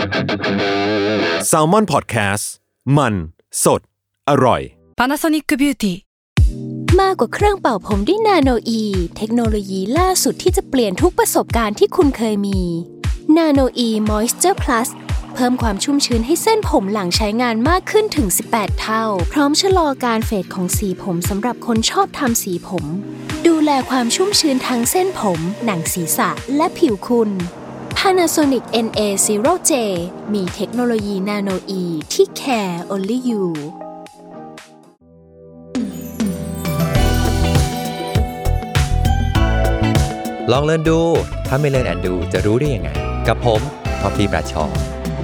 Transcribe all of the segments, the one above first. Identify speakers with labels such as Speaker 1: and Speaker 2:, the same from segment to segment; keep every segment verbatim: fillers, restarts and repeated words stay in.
Speaker 1: Salmon Podcast มันสดอร่อย
Speaker 2: Panasonic Beauty
Speaker 3: มากกว่าเครื่องเป่าผมด้วยนาโนอีเทคโนโลยีล่าสุดที่จะเปลี่ยนทุกประสบการณ์ที่คุณเคยมีนาโนอีมอยส์เจอร์พลัสเพิ่มความชุ่มชื้นให้เส้นผมหลังใช้งานมากขึ้นถึงสิบแปดเท่าพร้อมชะลอการเฟดของสีผมสำหรับคนชอบทำสีผมดูแลความชุ่มชื้นทั้งเส้นผมหนังศีรษะและผิวคุณ Panasonic เอ็น เอ ศูนย์ เจ มีเทคโนโลยีนาโนอีที่ care only you
Speaker 4: ลองเล่นดูถ้าไม่เล่นแอนดูจะรู้ได้ยังไงกับผมท็อปปี้ปราชญ์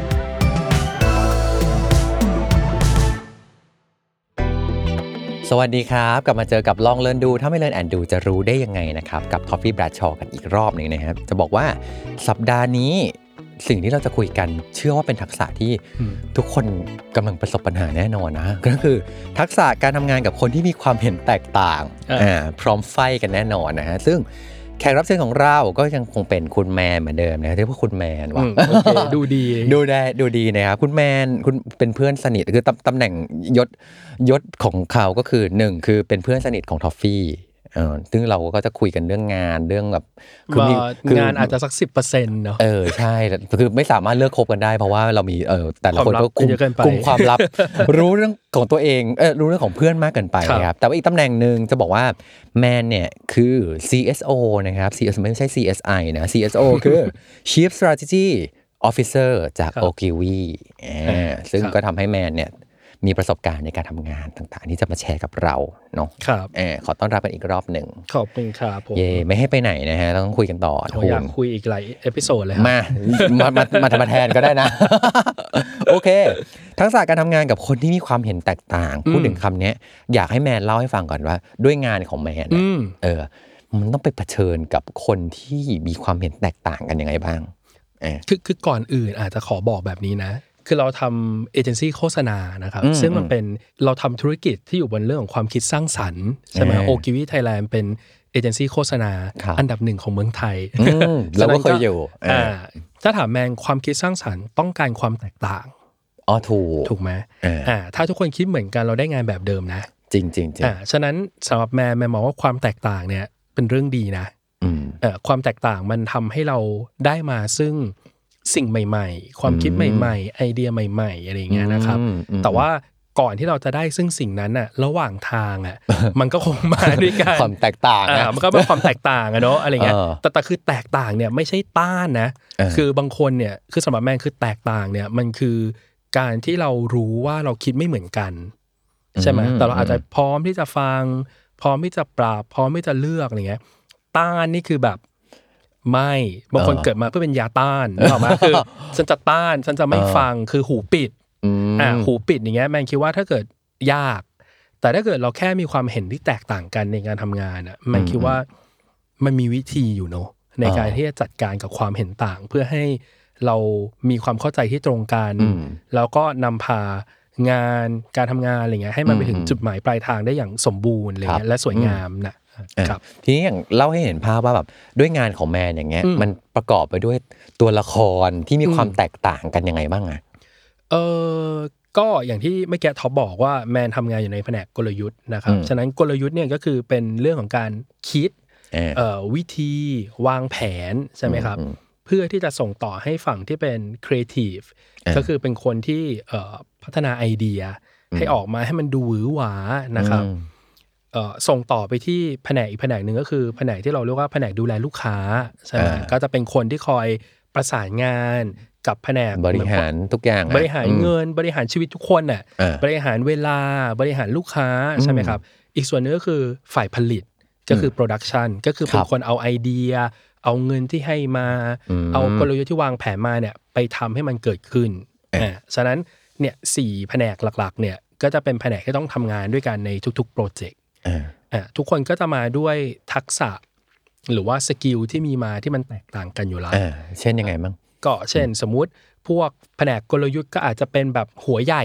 Speaker 4: สวัสดีครับกลับมาเจอกับลองเล่นดูถ้าไม่เล่นแอนดูจะรู้ได้ยังไงนะครับกับท็อปปี้ปราชญ์กันอีกรอบนึงนะครับจะบอกว่าสัปดาห์นี้สิ่งที่เราจะคุยกันเชื่อว่าเป็นทักษะที่ทุกคนกำลังประสบปัญหาแน่นอนนะก็คือทักษะการทำงานกับคนที่มีความเห็นแตกต่างอ่าพร้อมไฟกันแน่นอนนะฮะซึ่งแขกรับเชิญของเราก็ยังคงเป็นคุณแมนเหมือนเดิมนะเรียกว่าคุณแมนว่ะ
Speaker 5: โอเคดูดี
Speaker 4: ดูได้ดูดีนะครับคุณแมนคุณเป็นเพื่อนสนิทคือตำตำแหน่งยศยศของเขาก็คือหนึ่งคือเป็นเพื่อนสนิทของทอฟฟี่เออซึ่งเราก็จะคุยกันเรื่องงานเรื่องแบบ
Speaker 5: คืองานอาจจะสัก สิบเปอร์เซ็นต์ เนาะ
Speaker 4: เออใช่คือไม่สามารถเลิกคบกันได้เพราะว่าเรามีเออแต่ละคนก็คุมคุมความลับรู้เรื่องของตัวเองเออรู้เรื่องของเพื่อนมากเกินไปครับแต่ว่าอีกตำแหน่งนึงจะบอกว่าแมนเนี่ยคือ ซี เอส โอ นะครับ ซี เอส ไม่ใช่ ซี เอส ไอ นะ ซี เอส โอ คือ Chief Strategy Officer จาก Ogilvy อ่าซึ่งก็ทำให้แมนเนี่ยมีประสบการณ์ในการทำงานต่างๆที่จะมาแชร์กับเราเนาะ
Speaker 5: ครับ
Speaker 4: เออขอต้อนรับกันอีกรอบหนึ่ง
Speaker 5: ขอบคุณครับผม
Speaker 4: เย่ไม่ให้ไปไหนนะฮะต้องคุยกันต่อ
Speaker 5: อยากคุยอีกหลายเอพิโซดเลย
Speaker 4: มามามามาทำมาแทนก็ได้นะโอเคทักษะการทำงานกับคนที่มีความเห็นแตกต่างพูดถึงคำนี้อยากให้แมนเล่าให้ฟังก่อนว่าด้วยงานของแมนเออมันต้องไปเผชิญกับคนที่มีความเห็นแตกต่างกันยังไงบ้าง
Speaker 5: คือคือก่อนอื่นอาจจะขอบอกแบบนี้นะคือเราทำเอเจนซี่โฆษณานะครับซึ่งมันเป็นเราทำธุรกิจที่อยู่บนเรื่องของความคิดสร้างสรรค์ใช่ไหมโอกิวิไทยแลนด์เป็นเอเจนซี่โฆษณาอันดับหนึ่งของเมืองไทย
Speaker 4: เราก็เคยอยู่
Speaker 5: ถ้าถามแมนความคิดสร้างสรรค์ต้องการความแตกต่าง
Speaker 4: อ๋อถูก
Speaker 5: ถูกไหมอ่าถ้าทุกคนคิดเหมือนกันเราได้งานแบบเดิมนะ
Speaker 4: จริงจริง
Speaker 5: อ่าฉะนั้นสำหรับแมนแมนมองว่าความแตกต่างเนี่ยเป็นเรื่องดีนะเอ่อความแตกต่างมันทำให้เราได้มาซึ่งสิ่งใหม่ๆความคิดใหม่ๆไอเดียใหม่ๆอะไรเงี้ยนะครับแต่ว่าก่อนที่เราจะได้ซึ่งสิ่งนั้นน่ะระหว่างทางอ่ะมันก็คงมาด้วยกัน
Speaker 4: ความแตกต่าง
Speaker 5: อ่ะมันก็เป็นความแตกต่างอะเนาะอะไรเงี้ยแต่แต่คือแตกต่างเนี่ยไม่ใช่ต้านนะคือบางคนเนี่ยคือสำหรับแม่คือแตกต่างเนี่ยมันคือการที่เรารู้ว่าเราคิดไม่เหมือนกันใช่ไหมแต่เราอาจจะพร้อมที่จะฟังพร้อมที่จะปรับพร้อมที่จะเลือกอะไรเงี้ยต้านนี่คือแบบไม่บางคนเกิดมาเพื่อเป็นยาต้านนึกออกมั้ยคือฉันจะต้านฉันจะไม่ฟังคือหูปิดอ่าหูปิดอย่างเงี้ยแม่งคิดว่าถ้าเกิดยากแต่ถ้าเกิดเราแค่มีความเห็นที่แตกต่างกันในการทำงานอ่ะแม่งคิดว่ามันมีวิธีอยู่เนาะในการที่จะจัดการกับความเห็นต่างเพื่อให้เรามีความเข้าใจที่ตรงกันแล้วก็นำพางานการทำงานอะไรเงี้ยให้มันไปถึงจุดหมายปลายทางได้อย่างสมบูรณ์อะไรเงี้ยและสวยงามนะครับ
Speaker 4: ทีนี้อย่างเล่าให้เห็นภาพว่าแบบด้วยงานของแมนอย่างเงี้ยมันประกอบไปด้วยตัวละครที่มีความแตกต่างกันยังไงบ้างอ่ะ
Speaker 5: เออก็อย่างที่เมื่อกี้ท็อปบอกว่าแมนทำงานอยู่ในแผนกกลยุทธ์นะครับฉะนั้นกลยุทธ์เนี่ยก็คือเป็นเรื่องของการคิดเอ่อวิธีวางแผนใช่ไหมครับเพื่อที่จะส่งต่อให้ฝั่งที่เป็นครีเอทีฟก็คือเป็นคนที่เอ่อพัฒนาไอเดียให้ออกมาให้มันดูหวือหวานะครับเอ่อส่งต่อไปที่แผนกอีกแผนกนึงก็คือแผนกที่เราเรียกว่าแผนกดูแลลูกค้าใช่ไหมก็จะเป็นคนที่คอยประสานงานกับแผนก
Speaker 4: บริหารทุกอย่าง
Speaker 5: บริหารเงินบริหารชีวิตทุกคนน่ะบริหารเวลาบริหารลูกค้าใช่ไหมครับอีกส่วนนึงก็คือฝ่ายผลิตก็คือโปรดักชันก็คือเป็นคนเอาไอเดียเอาเงินที่ให้มาเอากลยุทธ์ที่วางแผนมาเนี่ยไปทำให้มันเกิดขึ้นอ่าฉะนั้นเนี่ยสี่แผนกหลักๆเนี่ยก็จะเป็นแผนกที่ต้องทำงานด้วยกันในทุกๆโปรเจกต์อ่าทุกคนก็จะมาด้วยทักษะหรือว่าสกิลที่มีมาที่มันแตกต่างกันอยู่แล้ว
Speaker 4: เช่นยังไงบ้าง
Speaker 5: ก็เช่นสมมุติพวกแผนกกลยุทธ์ก็อาจจะเป็นแบบหัวใหญ่อ่ะ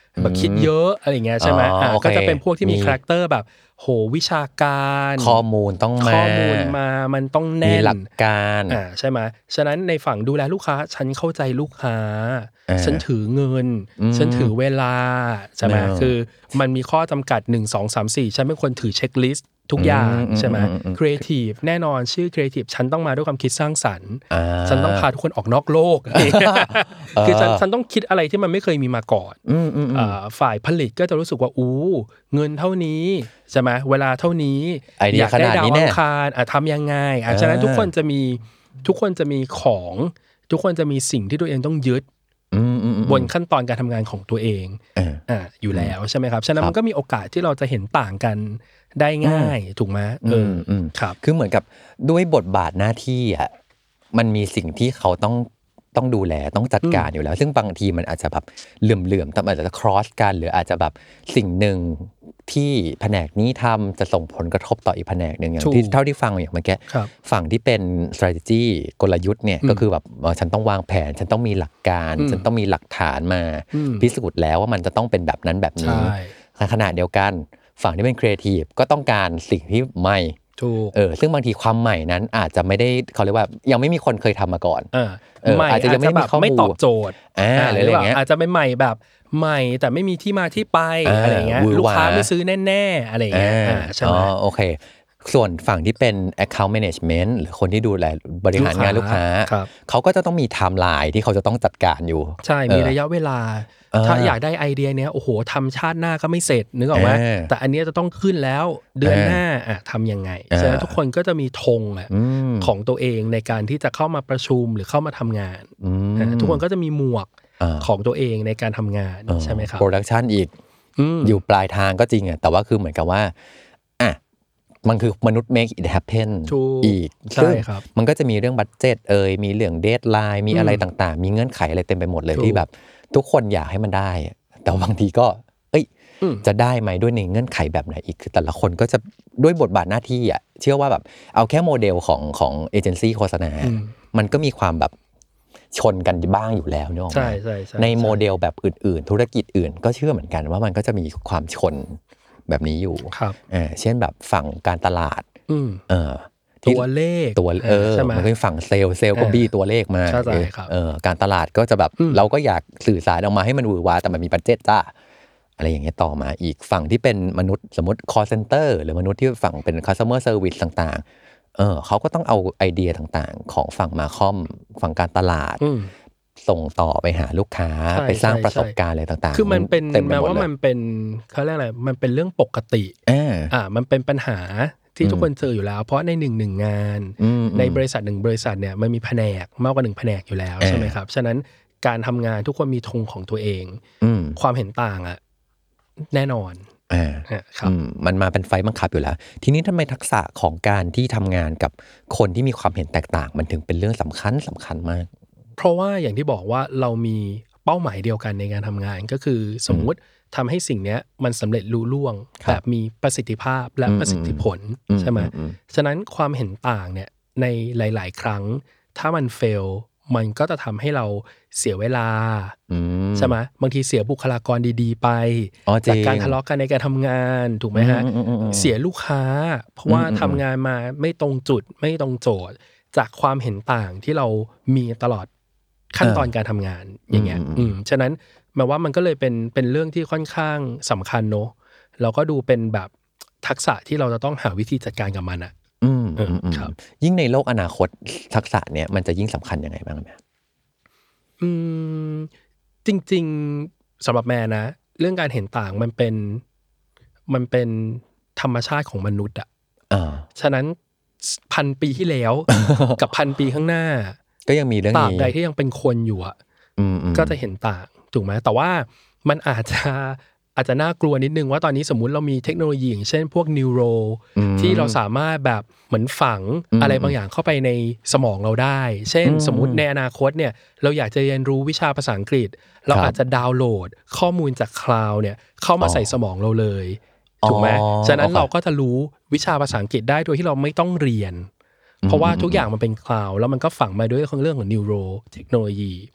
Speaker 5: แบบคิดเยอะอะไรเงี้ยใช่ไหมอ่าก็จะเป็นพวกที่มีคาแรคเตอร์แบบโหวิชาการ
Speaker 4: ข้อมูลต้องมา
Speaker 5: ข้อมูลมามันต้องแน่น
Speaker 4: มีหลักการ
Speaker 5: อ่าใช่ไหมฉะนั้นในฝั่งดูแลลูกค้าฉันเข้าใจลูกค้าฉันถือเงินฉันถือเวลาใช่ไหมคือมันมีข้อจำกัดหนึ่ง สอง สาม สี่ฉันเป็นคนถือเช็คลิสต์ทุกอย่างใช่ไหมครีเอทีฟแน่นอนชื่อครีเอทีฟฉันต้องมาด้วยความคิดสร้างสรรค์ฉันต้องพาทุกคนออกนอกโลกคือฉันฉันต้องคิดอะไรที่มันไม่เคยมีมาก่อนฝ่ายผลิตก็จะรู้สึกว่าอู้เงินเท่านี้ใช่ไหมเวลาเท่านี้อยากได้ดาวอังคารทำยังไงฉะนั้นทุกคนจะมีทุกคนจะมีของทุกคนจะมีสิ่งที่ตัวเองต้องยึดบนขั้นตอนการทำงานของตัวเองอ่าอยู่แล้วใช่ไหมครับฉะนั้นมันก็มีโอกาสที่เราจะเห็นต่างกันได้ง่ายถูกไหมเออครับ
Speaker 4: คือเหมือนกับด้วยบทบาทหน้าที่อ่ะมันมีสิ่งที่เขาต้องต้องดูแลต้องจัดการอยู่แล้วซึ่งบางทีมันอาจจะแบบเหลื่อมๆแต่อาจจะ cross กันหรืออาจจะแบบสิ่งหนึ่งที่แผนกนี้ทำจะส่งผลกระทบต่ออีกแผนกนึงอย่างที่เท่าที่ฟังอย่างเมื่อกี้ฝั่งที่เป็น strategy กลยุทธ์เนี่ยก็คือแบบฉันต้องวางแผนฉันต้องมีหลักการฉันต้องมีหลักฐานมาพิสูจน์แล้วว่ามันจะต้องเป็นแบบนั้นแบบนี้ในขณะเดียวกันฝั่งที่เป็นครีเอทีฟก็ต้องการสิ่งที่ใหม่เออซึ่งบางทีความใหม่นั้นอาจจะไม่ได้เขาเรียกว่ายังไม่มีคนเคยทำมาก่อน
Speaker 5: เอออาจจะยังไม่มีข้อมูลไม่ตอบโจทย์
Speaker 4: อ่าหรืออะไรเงี้ย
Speaker 5: อาจจะเป็นใหม่แบบใหม่แต่ไม่มีที่มาที่ไปอะไรเงี้ยลูกค้าไม่ซื้อแน่ๆอะไรเงี้ยใช่ไหม
Speaker 4: อ๋อโอเคส่วนฝั่งที่เป็น account management หรือคนที่ดูแลบริหารงานลูกค้าเขาก็จะต้องมีไทม์ไลน์ที่เขาจะต้องจัดการอยู่
Speaker 5: ใช่มีระยะเวลาถ้าอยากได้ไอเดียเนี้ยโอ้โหทำชาติหน้าก็ไม่เสร็จนึกออกไหมแต่อันนี้จะต้องขึ้นแล้วเดือนหน้าอ่ะทำยังไงฉะนั้นทุกคนก็จะมีธงอ่ะของตัวเองในการที่จะเข้ามาประชุมหรือเข้ามาทำงานทุกคนก็จะมีหมวกของตัวเองในการทำงานใช่ไหมครับ
Speaker 4: โปรดักชันอีกอยู่ปลายทางก็จริงอ่ะแต่ว่าคือเหมือนกับว่าอ่ะมันคือมนุษย์ make it happen อีก
Speaker 5: ใช่ครับ
Speaker 4: มันก็จะมีเรื่องบัดเจ็ตเอ่ยมีเรื่องเดดไลน์มีอะไรต่างๆมีเงื่อนไขอะไรเต็มไปหมดเลยที่แบบทุกคนอยากให้มันได้แต่บางทีก็เอ้ยจะได้ไหมด้วยในเงื่อนไขแบบไหนอีกคือแต่ละคนก็จะด้วยบทบาทหน้าที่อ่ะเชื่อว่าแบบเอาแค่โมเดลของของเอเจนซี่โฆษณามันก็มีความแบบชนกันบ้างอยู่แล้วเนอะในโมเดลแบบอื่นๆธุรกิจอื่นก็เชื่อเหมือนกันว่ามันก็จะมีความชนแบบนี้อยู่อ่าเช่นแบบฝั่งการตลาดเออ
Speaker 5: ตัวเลข
Speaker 4: ตัวเออมันก็ฝั่งเซลล์เซลล์ก็บี้ตัวเลขมาเออการตลาดก็จะแบบเราก็อยากสื่อสารออกมาให้มันหวือหวาแต่มันมีบัดเจ็ตจ้าอะไรอย่างเงี้ยต่อมาอีกฝั่งที่เป็นมนุษย์สมมติ call center หรือมนุษย์ที่ฝั่งเป็น customer service ต่างๆเออเขาก็ต้องเอาไอเดียต่างๆของฝั่งมาคอมฝั่งการตลาดส่งต่อไปหาลูกค้าไปสร้างประสบการณ์อะไรต่าง
Speaker 5: ๆคือมันเป็นแม้ว่ามันเป็นเขาเรียกอะไรมันเป็นเรื่องปกติอ่ามันเป็นปัญหาที่ทุกคนเจออยู่แล้วเพราะในหนึ่งหนึ่งงานในบริษัทหนึ่งบริษัทเนี่ยมันมีแผนกมากกว่าหนึ่งแผนกอยู่แล้วใช่ไหมครับฉะนั้นการทำงานทุกคนมีธงของตัวเองความเห็นต่างอ่ะแน่นอน
Speaker 4: อ่าครับมันมาเป็นไฟบังคับอยู่แล้วทีนี้ทำไมทักษะของการที่ทำงานกับคนที่มีความเห็นแตกต่างมันถึงเป็นเรื่องสำคัญสำคัญมาก
Speaker 5: เพราะว่าอย่างที่บอกว่าเรามีเป้าหมายเดียวกันในการทำงานก็คือสมมุติทำให้สิ่งนี้มันสำเร็จลุล่วงแบบมีประสิทธิภาพและประสิทธิผลใช่ไหมฉะนั้นความเห็นต่างเนี่ยในหลายๆครั้งถ้ามันเฟลมันก็จะทำให้เราเสียเวลาใช่ไหมบางทีเสียบุคลากรดีๆไปจากการทะเลาะกันในการทำงานถูกไหมฮะเสียลูกค้าเพราะว่าทำงานมาไม่ตรงจุดไม่ตรงโจทย์จากความเห็นต่างที่เรามีตลอดขั้นตอนการทำงานอย่างเงี้ยอืมฉะนั้นหมายว่ามันก็เลยเป็นเป็นเรื่องที่ค่อนข้างสำคัญเนอะเราก็ดูเป็นแบบทักษะที่เราจะต้องหาวิธีจัดการกับมันอ่ะ
Speaker 4: อืมครับยิ่งในโลกอนาคตทักษะเนี้ยมันจะยิ่งสำคัญยังไงบ้างไหม
Speaker 5: อืมจริงๆสำหรับแม่นะเรื่องการเห็นต่างมันเป็นมันเป็นธรรมชาติของมนุษย์อ่ะฉะนั้นพันปีที่แล้วกับพันปีข้างหน้า
Speaker 4: ก็ยังมีเรื่องนี้
Speaker 5: ตราบใดที่ยังเป็นคนอยู่อ่ะก็จะเห็นต่างถูกไหมแต่ว่ามันอาจจะอาจจะน่ากลัวนิดนึงว่าตอนนี้สมมุติเรามีเทคโนโลยีอย่างเช่นพวกนิวโรที่เราสามารถแบบเหมือนฝังอะไรบางอย่างเข้าไปในสมองเราได้เช่นสมมุติในอนาคตเนี่ยเราอยากจะเรียนรู้วิชาภาษาอังกฤษเราอาจจะดาวน์โหลดข้อมูลจากคลาวด์เนี่ยเข้ามาใส่สมองเราเลยถูกไหมฉะนั้นเราก็จะรู้วิชาภาษาอังกฤษได้โดยที่เราไม่ต้องเรียนเพราะว่าทุกอย่างมันเป็นคลาวด์แล้วมันก็ฝังมาด้วยเรื่องของนิวโรเทคโนโลยี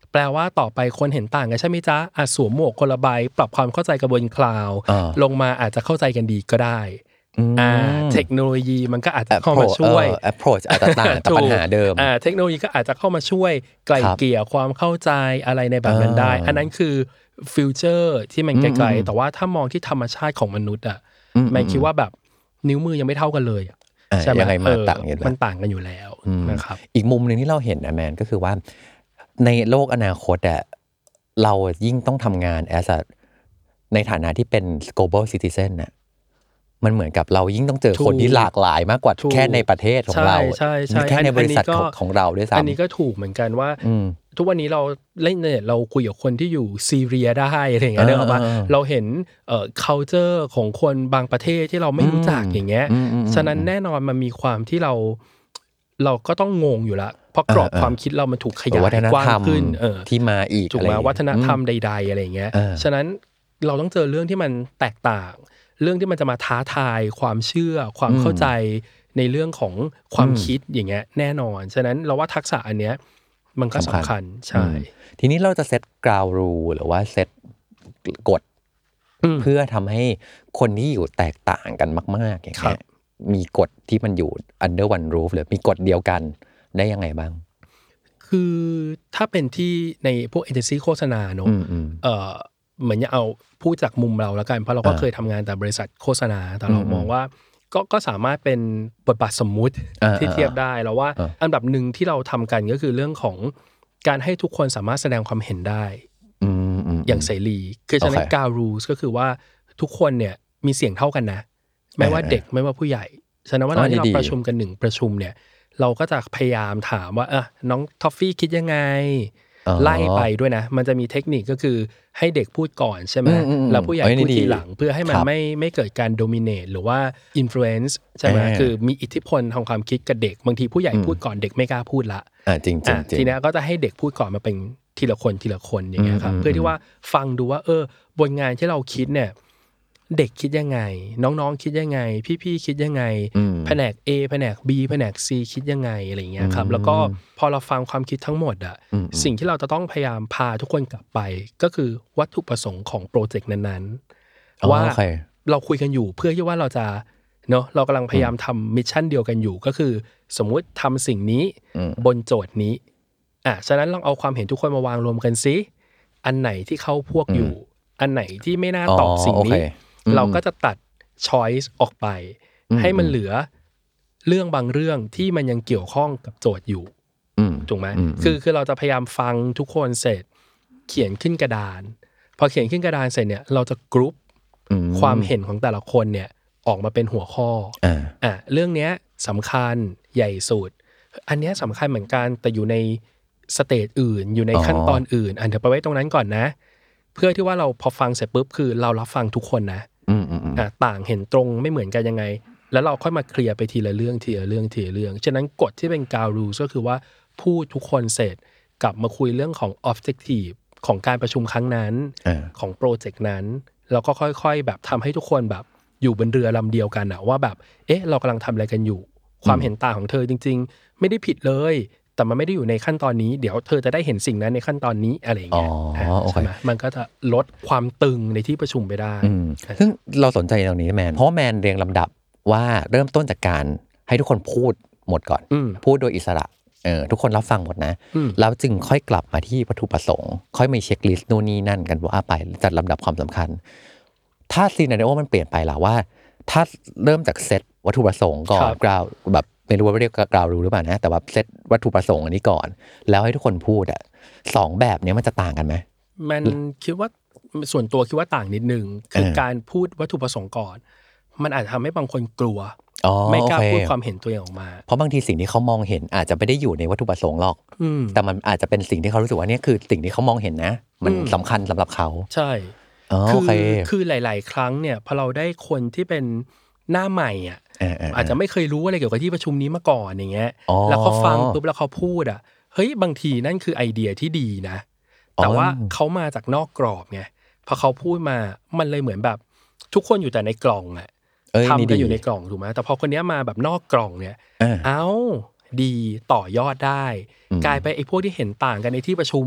Speaker 5: แปลว่าต่อไปคนเห็นต่างกันใช่ไหมจ๊ะอ่ะสวมหมวกคนละใบปรับความเข้าใจกันบนคลาวด์ลงมาอาจจะเข้าใจกันดีก็ได้อ่าเทคโนโลยีมันก็อาจจะเข้ามาช่วย
Speaker 4: approach อาจจะต่างกับปัญหาเดิม
Speaker 5: อ่าเทคโนโลยีก็อาจจะเข้ามาช่วยไกล่เกลี่ยความเข้าใจอะไรในแบบนั้นได้อันนั้นคือฟิวเจอร์ที่มันไกลๆแต่ว่าถ้ามองที่ธรรมชาติของมนุษย์อ่ะแม่คิดว่าแบบนิ้วมือยังไม่เท่ากันเลย
Speaker 4: ใช่ไหมยังไงมาต่างกัน
Speaker 5: มันต่างกันอยู่แล้วนะครับ
Speaker 4: อีกมุมนึงที่เราเห็นนะแมนก็คือว่าในโลกอนาคตอ่ะเรายิ่งต้องทำงาน as a ในฐานะที่เป็น global citizen น่ะมันเหมือนกับเรายิ่งต้องเจอคนที่หลากหลายมากกว่าแค่ในประเทศของเราแค่ในบริษัทของเราด้วยซ้ำ
Speaker 5: อันนี้ก็ถูกเหมือนกันว่าทุกวันนี้เราเล่นเนี่ยเราคุยกับคนที่อยู่ซีเรียได้อะไรอย่างเงี้ยเนอะว่าเราเห็นเอ่อ culture ของคนบางประเทศที่เราไม่รู้จักอย่างเงี้ยฉะนั้นแน่นอนมันมีความที่เราเราก็ต้องงงอยู่ละเพราะกรอบความคิดเรามันถูกขยายกว้างขึ้นเออ
Speaker 4: ที่มาอีก
Speaker 5: ถูกไหมวัฒนธรรมใดๆอะไรอย่างเงี้ยฉะนั้นเราต้องเจอเรื่องที่มันแตกต่างเรื่องที่มันจะมาท้าทายความเชื่อความเข้าใจในเรื่องของความคิดอย่างเงี้ยแน่นอนฉะนั้นเราว่าทักษะอันเนี้ยมันก็สำคัญใช่
Speaker 4: ทีนี้เราจะเซตกราวรูหรือว่าเซตกฎเพื่อทำให้คนที่อยู่แตกต่างกันมากๆอย่างเงี้ยมีกฎที่มันอยู่ under one roof หรือมีกฎเดียวกันได้ยังไงบ้าง
Speaker 5: คือถ้าเป็นที่ในพวกเอเจนซี่โฆษณาเนอะเอ่อเหมือนจะเอาพูดจากมุมเราแล้วกันเพราะเราก็เคยทำงานแต่บริษัทโฆษณาแต่เรามองว่าก็ก็สามารถเป็นบทบาทสมมุติที่เทียบได้แล้วว่าอันดับหนึ่งที่เราทำกันก็คือเรื่องของการให้ทุกคนสามารถแสดงความเห็นได้อย่างเสรีคือฉะนั้นการรูลก็คือว่าทุกคนเนี่ยมีเสียงเท่ากันนะไม่ว่าเด็กไม่ว่าผู้ใหญ่ฉะนั้นว่าตอนที่เราประชุมกันหนึ่งประชุมเนี่ยเราก็จะพยายามถามว่าเออน้องทอฟฟี่คิดยังไงไล่ไปด้วยนะมันจะมีเทคนิคก็คือให้เด็กพูดก่อนใช่ไหมแล้วผู้ใหญ่พูดทีหลังเพื่อให้มันไม่ไม่เกิดการโดมิเนตหรือว่าอิมโฟเรนซ์ใช่ไหมคือมีอิทธิพลทางความคิดกับเด็กบางทีผู้ใหญ่พูดก่อนเด็กไม่กล้าพูดละ
Speaker 4: จริงๆ
Speaker 5: ทีนี้ก็จะให้เด็กพูดก่อนมาเป็นทีละคนทีละคนอย่างเงี้ยครับเพื่อที่ว่าฟังดูว่าเออบนงานที่เราคิดเนี่ยเด็กคิดยังไงน้องๆคิดยังไงพี่ๆคิดยังไงแผนก A แผนก B แผนก C คิดยังไงอะไรเงี้ยครับแล้วก็พอเราฟังความคิดทั้งหมดอ่ะสิ่งที่เราจะต้องพยายามพาทุกคนกลับไปก็คือวัตถุประสงค์ของโปรเจกต์นั้นๆว่าเราคุยกันอยู่เพื่อที่ว่าเราจะเนาะเรากำลังพยายามทำมิชชั่นเดียวกันอยู่ก็คือสมมุติทำสิ่งนี้บนโจทย์นี้อ่ะฉะนั้นลองเอาความเห็นทุกคนมาวางรวมกันซิอันไหนที่เข้าพวกอยู่อันไหนที่ไม่น่าตอบสิ่งนี้เราก็จะตัด choice ออกไปให้มันเหลือเรื่องบางเรื่องที่มันยังเกี่ยวข้องกับโจทย์อยู่ถูกไหมคือคือเราจะพยายามฟังทุกคนเสร็จเขียนขึ้นกระดานพอเขียนขึ้นกระดานเสร็จเนี่ยเราจะกรุ๊ปความเห็นของแต่ละคนเนี่ยออกมาเป็นหัวข้ออ่ะเรื่องเนี้ยสำคัญใหญ่สุดอันเนี้ยสำคัญเหมือนกันแต่อยู่ในสเตจอื่นอยู่ในขั้นตอนอื่นอันเดี๋ยวไปไว้ตรงนั้นก่อนนะเพื่อที่ว่าเราพอฟังเสร็จปุ๊บคือเรารับฟังทุกคนนะอ่ะต่างเห็นตรงไม่เหมือนกันยังไงแล้วเราค่อยมาเคลียร์ไปทีละเรื่องทีละเรื่องทีละเรื่องฉะนั้นกฎที่เป็น ground rules ก็คือว่าพูดทุกคนเสร็จกลับมาคุยเรื่องของ objective ของการประชุมครั้งนั้นของโปรเจกต์นั้นแล้วก็ค่อยๆแบบทำให้ทุกคนแบบอยู่บนเรือลำเดียวกันอะว่าแบบเอ๊ะเรากำลังทำอะไรกันอยู่ความเห็นต่างของเธอจริงๆไม่ได้ผิดเลยแต่มันไม่ได้อยู่ในขั้นตอนนี้เดี๋ยวเธอจะได้เห็นสิ่งนั้นในขั้นตอนนี้อะไรอย่างเงี้ยใช่ไหมมันก็จะลดความตึงในที่ประชุมไปได้
Speaker 4: ซึ่งเราสนใจตรงนี้แมนเพราะแมนเรียงลำดับว่าเริ่มต้นจากการให้ทุกคนพูดหมดก่อนพูดโดยอิสระเออทุกคนรับฟังหมดนะแล้วจึงค่อยกลับมาที่วัตถุประสงค์ค่อยมีเช็คลิสต์นู่นนี่นั่นกันว่าไปจัดลำดับความสำคัญถ้าซีนาริโอมันเปลี่ยนไปล่ะว่าถ้าเริ่มจากเซตวัตถุประสงค์ก่อนกล่าวแบบไม่รู้ว่าเรียกกล่าวรู้หรือเปล่านะแต่ว่าเซตวัตถุประสงค์อันนี้ก่อนแล้วให้ทุกคนพูดอ่ะสองแบบนี้มันจะต่างกันไหม
Speaker 5: มันคิดว่าส่วนตัวคิดว่าต่างนิดนึงคือการพูดวัตถุประสงค์ก่อนมันอาจจะทำให้บางคนกลัวไม่กล้าพูดความเห็นตัวเองออกมา
Speaker 4: เพราะบางทีสิ่งที่เขามองเห็นอาจจะไม่ได้อยู่ในวัตถุประสงค์หรอกแต่มันอาจจะเป็นสิ่งที่เขารู้สึกว่านี่คือสิ่งที่เขามองเห็นนะมันสำคัญสำหรับเขา
Speaker 5: ใช่คือคือหลายๆครั้งเนี่ยพอเราได้คนที่เป็นหน้าใหม่อ่ะอาจจะไม่เคยรู้อะไรเกี่ยวกับที่ประชุมนี้มาก่อนอย่างเงี้ยแล้วเขาฟังปุ๊บแล้วเขาพูดอ่ะเฮ้ยบางทีนั่นคือไอเดียที่ดีนะแต่ว่าเขามาจากนอกกรอบไงพอเขาพูดมามันเลยเหมือนแบบทุกคนอยู่แต่ในกล่องอ่ะทำกันอยู่ในกล่องถูกไหมแต่พอคนนี้มาแบบนอกกล่องเนี่ยเอ้าดีต่อยอดได้กลายไปไอ้พวกที่เห็นต่างกันในที่ประชุมอ่ะ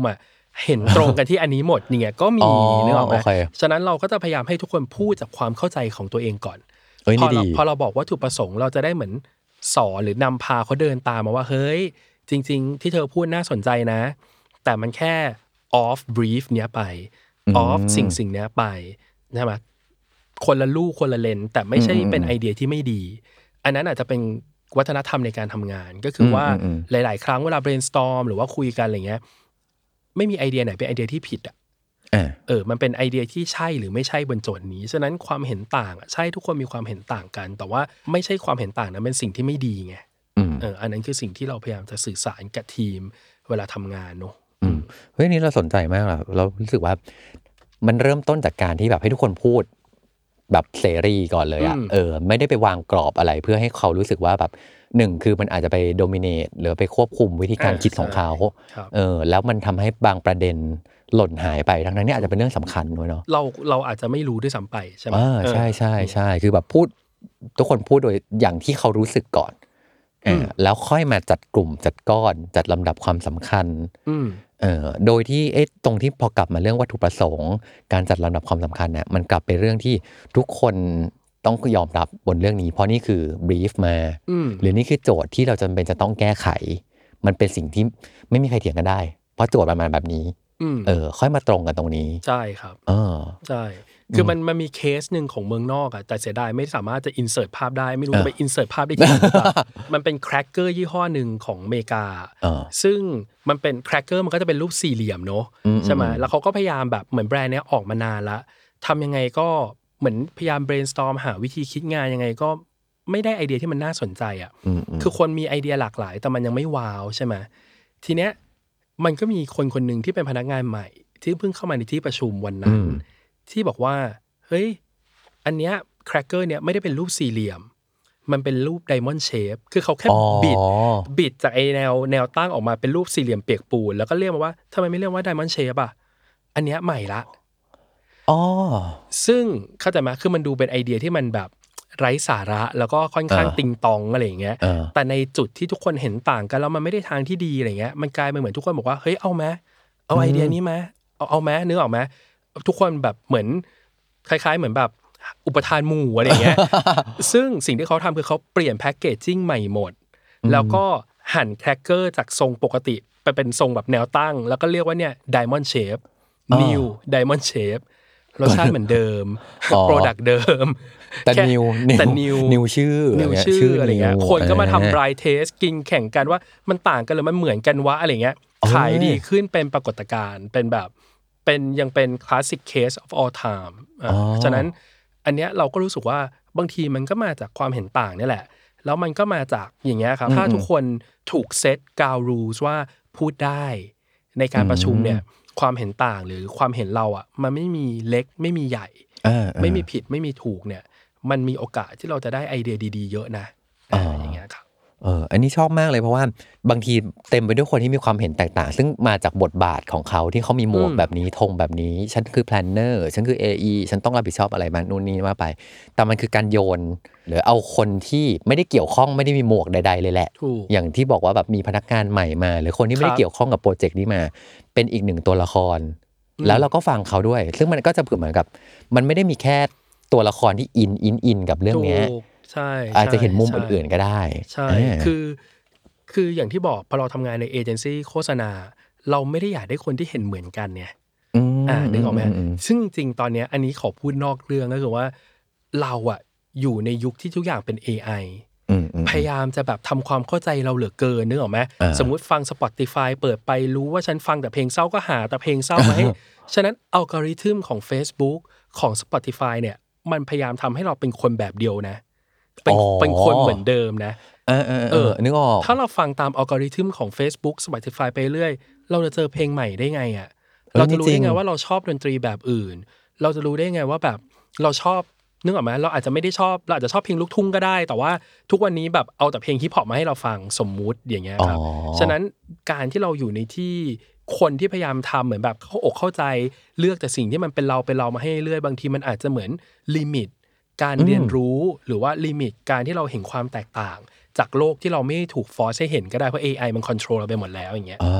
Speaker 5: เห็นตรงกันที่อันนี้หมดเนี่ยก็มีนึกออกไหมฉะนั้นเราก็จะพยายามให้ทุกคนพูดจากความเข้าใจของตัวเองก่อนพอเราพอเราบอกวัตถุประสงค์เราจะได้เหมือนสอนหรือนำพาเขาเดินตามมาว่าเฮ้ยจริงๆที่เธอพูดน่าสนใจนะแต่มันแค่ off brief เนี้ยไป off สิ่งสิ่งเนี้ยไปใช่ไหมคนละลูกคนละเลนแต่ไม่ใช่เป็นไอเดียที่ไม่ดีอันนั้นอาจจะเป็นวัฒนธรรมในการทำงานก็คือว่าหลายๆครั้งเวลา brainstorm หรือว่าคุยกันอะไรเงี้ยไม่มีไอเดียไหนเป็นไอเดียที่ผิดอ่ะเออมันเป็นไอเดียที่ใช่หรือไม่ใช่บนโจทย์นี้ฉะนั้นความเห็นต่างอ่ะใช่ทุกคนมีความเห็นต่างกันแต่ว่าไม่ใช่ความเห็นต่างนั้นเป็นสิ่งที่ไม่ดีไงเอออันนั้นคือสิ่งที่เราพยายามจะสื่อสารกับทีมเวลาทำงานเนอะ
Speaker 4: เฮ้ยนี่เราสนใจมากเราเรารู้สึกว่ามันเริ่มต้นจากการที่แบบให้ทุกคนพูดแบบเสรีก่อนเลยอ่ะเออไม่ได้ไปวางกรอบอะไรเพื่อให้เขารู้สึกว่าแบบหนึ่งคือมันอาจจะไปโดมิเนตหรือไปควบคุมวิธีการคิดของเขาเออแล้วมันทำให้บางประเด็นหล่นหายไปทั้งนั้นนี่อาจจะเป็นเรื่องสำคัญด้วยเนาะ
Speaker 5: เราเราอาจจะไม่รู้ด้วยซ้ำไปใช่ไหม
Speaker 4: ใช่ใช่ใช่คือแบบพูดทุกคนพูดโดยอย่างที่เขารู้สึกก่อนแล้วค่อยมาจัดกลุ่มจัดก้อนจัดลำดับความสำคัญเอ่อโดยที่เอ๊ะตรงที่พอกลับมาเรื่องวัตถุประสงค์การจัดลำดับความสำคัญเนี่ยมันกลับไปเรื่องที่ทุกคนต้องยอมรับบนเรื่องนี้เพราะนี่คือบรีฟมาหรือนี่คือโจทย์ที่เราจำเป็นจะต้องแก้ไขมันเป็นสิ่งที่ไม่มีใครเถียงกันได้เพราะโจทย์ประมาณแบบนี้เออค่อยมาตรงกันตรงนี้
Speaker 5: ใช่ครับเออใช่คือมันมันมีเคสหนึ่งของเมืองนอกอ่ะแต่เสียดายไม่สามารถจะอินเสิร์ตภาพได้ไม่รู้จะไปอินเสิร์ตภาพได้ที่ไหนมันเป็นแครกเกอร์ยี่ห้อหนึ่งของอเมริกาซึ่งมันเป็นแครกเกอร์มันก็จะเป็นรูปสี่เหลี่ยมเนอะใช่ไหมแล้วเขาก็พยายามแบบเหมือนแบรนด์นี้ออกมานานละทำยังไงก็เหมือนพยายาม brainstorm หาวิธีคิดงานยังไงก็ไม่ได้ไอเดียที่มันน่าสนใจอ่ะคือคนมีไอเดียหลากหลายแต่มันยังไม่ว้าวใช่ไหมทีเนี้ยมันก็มีคนคนหนึ่งที่เป็นพนักงานใหม่ที่เพิ่งเข้ามาในที่ประชุมวันนั้นที่บอกว่าเฮ้ยอันเนี้ยแครกเกอร์เนี่ยไม่ได้เป็นรูปสี่เหลี่ยมมันเป็นรูปไดมอนด์เชฟคือเขาแค่บิดบิดจากไอแนวแนวตั้งออกมาเป็นรูปสี่เหลี่ยมเปียกปูนแล้วก็เรียกมาว่าทำไมไม่เรียกว่าไดมอนด์เชฟอ่ะอันเนี้ยใหม่ละอ๋อซึ่งเข้าใจไหมคือมันดูเป็นไอเดียที่มันแบบไร้สาระแล้วก็ค่อนข้างติงตองอะไรอย่างเงี้ยแต่ในจุดที่ทุกคนเห็นต่างกันแล้วมันไม่ได้ทางที่ดีอะไรเงี้ยมันกลายเป็นเหมือนทุกคนบอกว่าเฮ้ยเอาไหมเอาไอเดียนี้ไหมเอาเอาไหมนึกออกไหมทุกคนแบบเหมือนคล้ายๆเหมือนแบบอุปทานหมู่อะไรเงี้ยซึ่งสิ่งที่เขาทำคือเขาเปลี่ยนแพ็กเกจจิ้งใหม่หมดแล้วก็หั่นแครกเกอร์จากทรงปกติไปเป็นทรงแบบแนวตั้งแล้วก็เรียกว่าเนี่ยไดมอนด์เชฟนิวไดมอนด์เชฟรสชาติเหมือนเดิมโปรดักต์เดิม
Speaker 4: แต่นิว
Speaker 5: แต่นิว
Speaker 4: นิวชื่อ
Speaker 5: นิวชื่ออะไรเงี้ยคนก็มาทำไรเทสกินแข่งกันว่ามันต่างกันหรือมันเหมือนกันวะอะไรเงี้ยขายดีขึ้นเป็นปรากฏการณ์เป็นแบบเป็นยังเป็น classic case of all time อ่าฉะนั้นอันเนี้ยเราก็รู้สึกว่าบางทีมันก็มาจากความเห็นต่างนี่แหละแล้วมันก็มาจากอย่างเงี้ยครับถ้าทุกคนถูกเซต ground rules ว่าพูดได้ในการประชุมเนี่ยความเห็นต่างหรือความเห็นเราอ่ะมันไม่มีเล็กไม่มีใหญ่ไม่มีผิดไม่มีถูกเนี่ยมันมีโอกาสที่เราจะได้ไอเดียดีๆเยอะนะอย่างเงี้ยครับ
Speaker 4: เอออันนี้ชอบมากเลยเพราะว่าบางทีเต็มไปด้วยคนที่มีความเห็นแตกต่างซึ่งมาจากบทบาทของเขาที่เขามีหมวกแบบนี้ธงแบบนี้ฉันคือแพลนเนอร์ฉันคือ เอ อี ฉันต้องรับผิดชอบอะไรบ้างนู่นนี่ว่าไปแต่มันคือการโยนหรือเอาคนที่ไม่ได้เกี่ยวข้องไม่ได้มีหมวกใดๆเลยแหละอย่างที่บอกว่าแบบมีพนักงานใหม่มาหรือคนที่ไม่ได้เกี่ยวข้องกับโปรเจกต์นี้มาเป็นอีกหนึ่งตัวละครแล้วเราก็ฟังเขาด้วยซึ่งมันก็จะเหมือนกับมันไม่ได้มีแค่ตัวละครที่อินอินอินกับเรื่องนี้
Speaker 5: ใช่
Speaker 4: อาจจะเห็นมุมอื่นๆก็ได้
Speaker 5: ใช่คือคืออย่างที่บอกพอเราทำงานในเอเจนซี่โฆษณาเราไม่ได้อยากได้คนที่เห็นเหมือนกันเนี่ยอ่านึกออกไหมซึ่งจริงตอนนี้อันนี้ขอพูดนอกเรื่องก็คือว่าเราอะอยู่ในยุคที่ทุกอย่างเป็น เอ ไอ พยายามจะแบบทำความเข้าใจเราเหลือเกินนึกออกไหมสมมุติฟัง Spotify เปิดไปรู้ว่าฉันฟังแต่เพลงเศร้าก็หาแต่เพลงเศร้ามาให้ฉะนั้นอัลกอริทึมของ Facebook ของ Spotify เนี่ยมันพยายามทำให้เราเป็นคนแบบเดียวนะเป็นเป็นคนเหมือนเดิมนะ
Speaker 4: เออเออเออนึกออก
Speaker 5: ถ้าเราฟังตามอัลกอริทึมของ Facebook Spotify ไปเรื่อยเราจะเจอเพลงใหม่ได้ไงอ่ะเราจะรู้ได้ไงว่าเราชอบดนตรีแบบอื่นเราจะรู้ได้ไงว่าแบบเราชอบนึกออกไหมเราอาจจะไม่ได้ชอบเราอาจจะชอบเพลงลูกทุ่งก็ได้แต่ว่าทุกวันนี้แบบเอาแต่เพลงฮิปฮอปมาให้เราฟังสมมุติอย่างเงี้ยครับฉะนั้นการที่เราอยู่ในที่คนที่พยายามทำเหมือนแบบเข้าอกเข้าใจเลือกแต่สิ่งที่มันเป็นเราเป็นเรามาให้เรื่อยบางทีมันอาจจะเหมือนลิมิตการเรียนรู้หรือว่าลิมิตการที่เราเห็นความแตกต่างจากโลกที่เราไม่ถูกฟอร์สให้เห็นก็ได้เพราะ เอ ไอ มันคอนโทรลเราไปหมดแล้วอย่างเงี้ย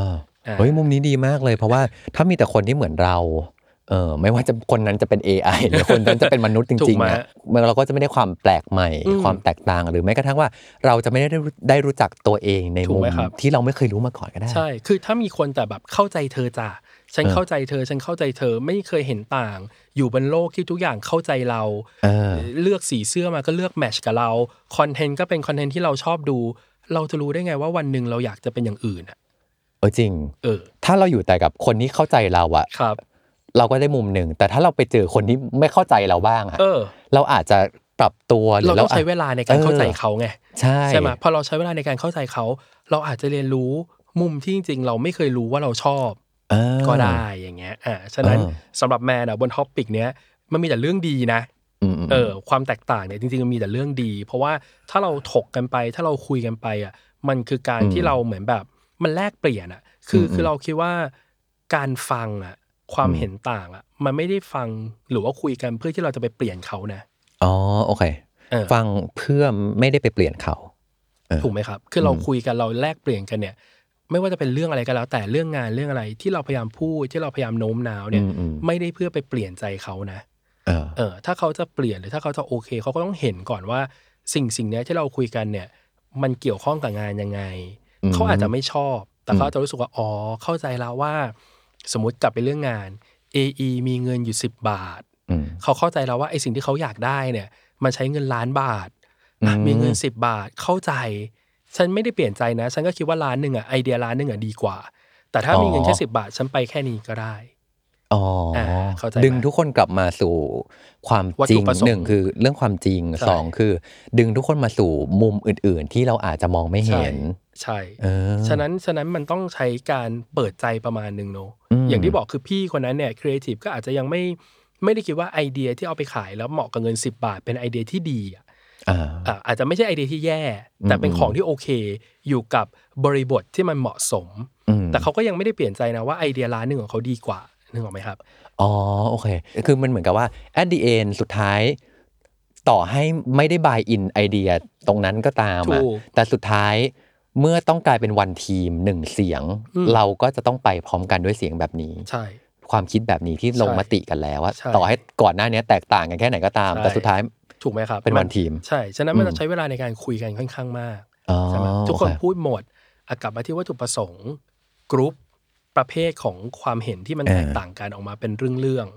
Speaker 4: เฮ้ยมุมนี้ดีมากเลยเพราะว่าถ้ามีแต่คนที่เหมือนเราเออไม่ว่าจะคนนั้นจะเป็น เอ ไอ หรือคนนั้นจะเป็นมนุษย์จริงๆอ่ะเราก็จะไม่ได้ความแปลกใหม่ความแตกต่างหรือแม้กระทั่งว่าเราจะไม่ได้ได้รู้จักตัวเองในมุมที่เราไม่เคยรู้มาก่อนก็ได้
Speaker 5: ใช่คือถ้ามีคนแต่แบบเข้าใจเธอจ้ะฉันเข้าใจเธอฉันเข้าใจเธอไม่เคยเห็นต่างอยู่บนโลกที่ทุกอย่างเข้าใจเราเลือกสีเสื้อมาก็เลือกแมทช์กับเราคอนเทนต์ก็เป็นคอนเทนต์ที่เราชอบดูเราจะรู้ได้ไงว่าวันนึงเราอยากจะเป็นอย่างอื่นอ่ะ
Speaker 4: เออจริงเออถ้าเราอยู่แต่กับคนที่เข้าใจเราอ่ะ
Speaker 5: ครับ
Speaker 4: เราก็ได้มุมหนึ่งแต่ถ้าเราไปเจอคนที่ไม่เข้าใจเราบ้างอ่ะเราอาจจะปรับตัว
Speaker 5: หรือเราต้องใช้เวลาในการเข้าใจเขาไง
Speaker 4: ใช่
Speaker 5: ใช่ไหมพอเราใช้เวลาในการเข้าใจเขาเราอาจจะเรียนรู้มุมที่จริงๆเราไม่เคยรู้ว่าเราชอบก็ได้อย่างเงี้ยอ่าฉะนั้นสำหรับแมนอ่ะบนท็อปิกเนี้ยมันมีแต่เรื่องดีนะเออความแตกต่างเนี่ยจริงๆมันมีแต่เรื่องดีเพราะว่าถ้าเราถกกันไปถ้าเราคุยกันไปอ่ะมันคือการที่เราเหมือนแบบมันแลกเปลี่ยนอ่ะคือคือเราคิดว่าการฟังอ่ะความเห็นต่างอ่ะมันไม่ได้ฟังหรือว่าคุยกันเพื่อที่เราจะไปเปลี่ยนเขานะ
Speaker 4: อ๋อโอเคฟังเพื่อไม่ได้ไปเปลี่ยนเขา
Speaker 5: ถูกไหมครับคือเราคุยกันเราแลกเปลี่ยนกันเนี่ยไม่ว่าจะเป็นเรื่องอะไรก็แล้วแต่เรื่องงานเรื่องอะไรที่เราพยายามพูดที่เราพยายามโน้มน้าวเนี่ยไม่ได้เพื่อไปเปลี่ยนใจเขานะเออถ้าเขาจะเปลี่ยนหรือถ้าเขาจะโอเคเขาก็ต้องเห็นก่อนว่าสิ่งสิ่งนี้ที่เราคุยกันเนี่ยมันเกี่ยวข้องกับงานยังไงเขาอาจจะไม่ชอบแต่เขาจะรู้สึกว่าอ๋อเข้าใจแล้วว่าสมมติกลับไปเรื่องงาน เอ อี มีเงินอยู่สิบบาทเขาเข้าใจแล้วว่าไอ้สิ่งที่เขาอยากได้เนี่ยมันใช้เงินล้านบาทมีเงินสิบบาทเข้าใจฉันไม่ได้เปลี่ยนใจนะฉันก็คิดว่าล้านหนึ่งอ่ะไอเดียล้านหนึ่งอ่ะดีกว่าแต่ถ้ามีเงินแค่สิบบาทฉันไปแค่นี้ก็ได้
Speaker 4: อ๋อดึงทุกคนกลับมาสู่ความจริงหนึ่งคือเรื่องความจริงสองคือดึงทุกคนมาสู่มุมอื่นๆที่เราอาจจะมองไม่เห็น
Speaker 5: ใช่ฉะนั้นฉะนั้นมันต้องใช้การเปิดใจประมาณนึงเนาะอย่างที่บอกคือพี่คนนั้นเนี่ยครีเอทีฟก็อาจจะยังไม่ไม่ได้คิดว่าไอเดียที่เอาไปขายแล้วเหมาะกับเงินสิบบาทเป็นไอเดียที่ดีอ่ะอาจจะไม่ใช่ไอเดียที่แย่แต่เป็นของที่โอเคอยู่กับบริบทที่มันเหมาะสมแต่เขาก็ยังไม่ได้เปลี่ยนใจนะว่าไอเดียร้านนึงของเขาดีกว่านึกออกไหมครับ
Speaker 4: อ๋อโอเคคือมันเหมือนกับว่า at the end สุดท้ายต่อให้ไม่ได้ buy in ไอเดียตรงนั้นก็ตามอ่ะแต่สุดท้ายเมื่อต้องกลายเป็นวันทีมหนึ่งเสียงเราก็จะต้องไปพร้อมกันด้วยเสียงแบบนี้
Speaker 5: ใช่
Speaker 4: ความคิดแบบนี้ที่ลงมติกันแล้วว่าต่อให้ก่อนหน้านี้แตกต่างกันแค่ไหนก็ตามแต่สุดท้าย
Speaker 5: ถูกไหมครับ
Speaker 4: เป็นวันทีม
Speaker 5: ใช่ฉะนั้นมันจะใช้เวลาในการคุยกันค่อนข้างมากใช่ไหมทุกคนพูดหมดกลับมาที่วัตถุประสงค์กรุ๊ปประเภทของความเห็นที่มันแตกต่างกันออกมาเป็นเรื่องเรื่อง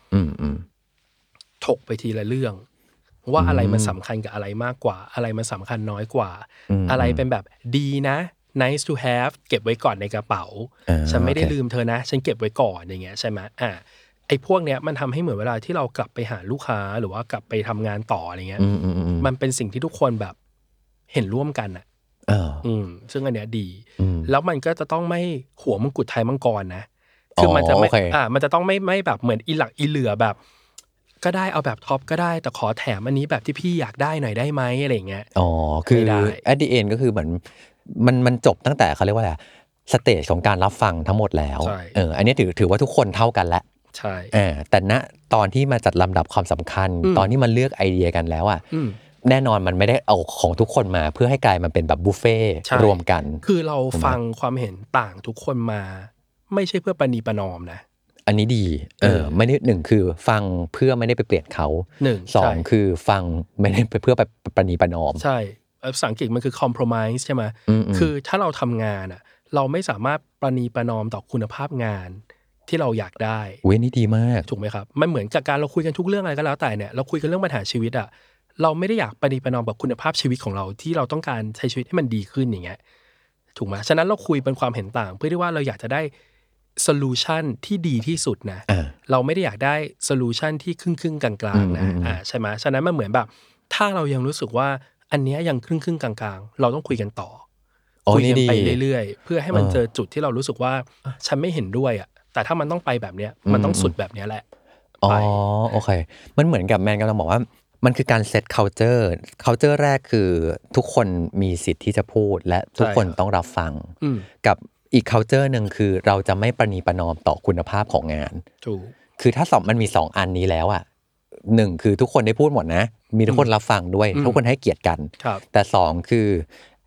Speaker 5: ถกไปทีละเรื่องว่าอะไรมันสำคัญกับอะไรมากกว่าอะไรมันสำคัญน้อยกว่าอะไรเป็นแบบดีนะ nice to have เก็บไว้ก่อนในกระเป๋าฉันไม่ได้ลืมเธอนะฉันเก็บไว้ก่อนอย่างเงี้ยใช่ไหมอ่าไอ้พวกเนี้ยมันทำให้เหมือนเวลาที่เรากลับไปหาลูกค้าหรือว่ากลับไปทำงานต่ออะไรเงี้ยมันเป็นสิ่งที่ทุกคนแบบเห็นร่วมกันอ่ะอืมซึ่งอันเนี้ยดีแล้วมันก็จะต้องไม่หัวมังกุฎไทยมังกรนะคือมันจะไม่อ่ามันจะต้องไม่ไม่แบบเหมือนอีหลักอีเหลือแบบก็ได้เอาแบบท็อปก็ได้แต่ขอแถมอันนี้แบบที่พี่อยากได้หน่อยได้ไหมอะไรเงี้ย
Speaker 4: อ๋อคือ at the end ก็คือเหมือนมันมันจบตั้งแต่เขาเรียกว่าอะไรสเตจของการรับฟังทั้งหมดแล้วเอออันนี้ถือถือว่าทุกคนเท่ากันแล้ว
Speaker 5: ใช่
Speaker 4: แต่ณตอนที่มาจัดลำดับความสำคัญตอนที่มันเลือกไอเดียกันแล้วอ่ะแน่นอนมันไม่ได้เอาของทุกคนมาเพื่อให้กลายมันเป็นแบบบุฟเฟ่รวมกัน
Speaker 5: คือเราฟังความเห็นต่างทุกคนมาไม่ใช่เพื่อประนีประนอมนะ
Speaker 4: อันนี้ดีเออไม่ได้หนึ่งคือฟังเพื่อไม่ได้ไปเปลี่ยนเขาสองคือฟังไม่ได้ไปเพื่อไปประนีประนอม
Speaker 5: ใช่ภาษาอังกฤษมันคือ compromise ใช่ไหมคือถ้าเราทำงานอ่ะเราไม่สามารถประนีประนอมต่อคุณภาพงานที่เราอยากได้
Speaker 4: เว้ยนี่ดีมาก
Speaker 5: ถูกไหมครับมันเหมือนกับการเราคุยกันทุกเรื่องอะไรก็แล้วแต่เนี่ยเราคุยกันเรื่องปัญหาชีวิตอ่ะเราไม่ได้อยากประนีประนอมกับคุณภาพชีวิตของเราที่เราต้องการใช้ชีวิตให้มันดีขึ้นอย่างเงี้ยถูกไหมฉะนั้นเราคุยเป็นความเห็นต่างเพื่อที่ว่าเราอยากจะได้โซลูชันที่ดีที่สุดนะเราไม่ได้อยากได้โซลูชันที่ครึ่งครึ่งกลางๆนะอ่าใช่ไหมฉะนั้นมันเหมือนแบบถ้าเรายังรู้สึกว่าอันนี้ยังครึ่งครึ่งกลางๆเราต้องคุยกันต่อคุยกันไปเรื่อยๆเพื่อให้มันเจอจุดที่เรารู้สึกว่าฉันไม่เห็นด้วยอ่ะแต่ถ้ามันต้องไปแบบเนี้ยมันต้องสุดแบบนี้แหละ
Speaker 4: อ๋อโอเคมันเหมือนกับแมนกำลังบอกว่ามันคือการเซต culture culture แรกคือทุกคนมีสิทธิ์ที่จะพูดและทุกคนต้องรับฟังกับอีก culture นึงคือเราจะไม่ประนีประนอมต่อคุณภาพของงาน
Speaker 5: ถูก
Speaker 4: คือถ้าสองมันมีสองอันนี้แล้วอ่ะหนึ่งคือทุกคนได้พูดหมดนะมีทุกคนรับฟังด้วยทุกคนให้เกียรติกันแต่สองคือ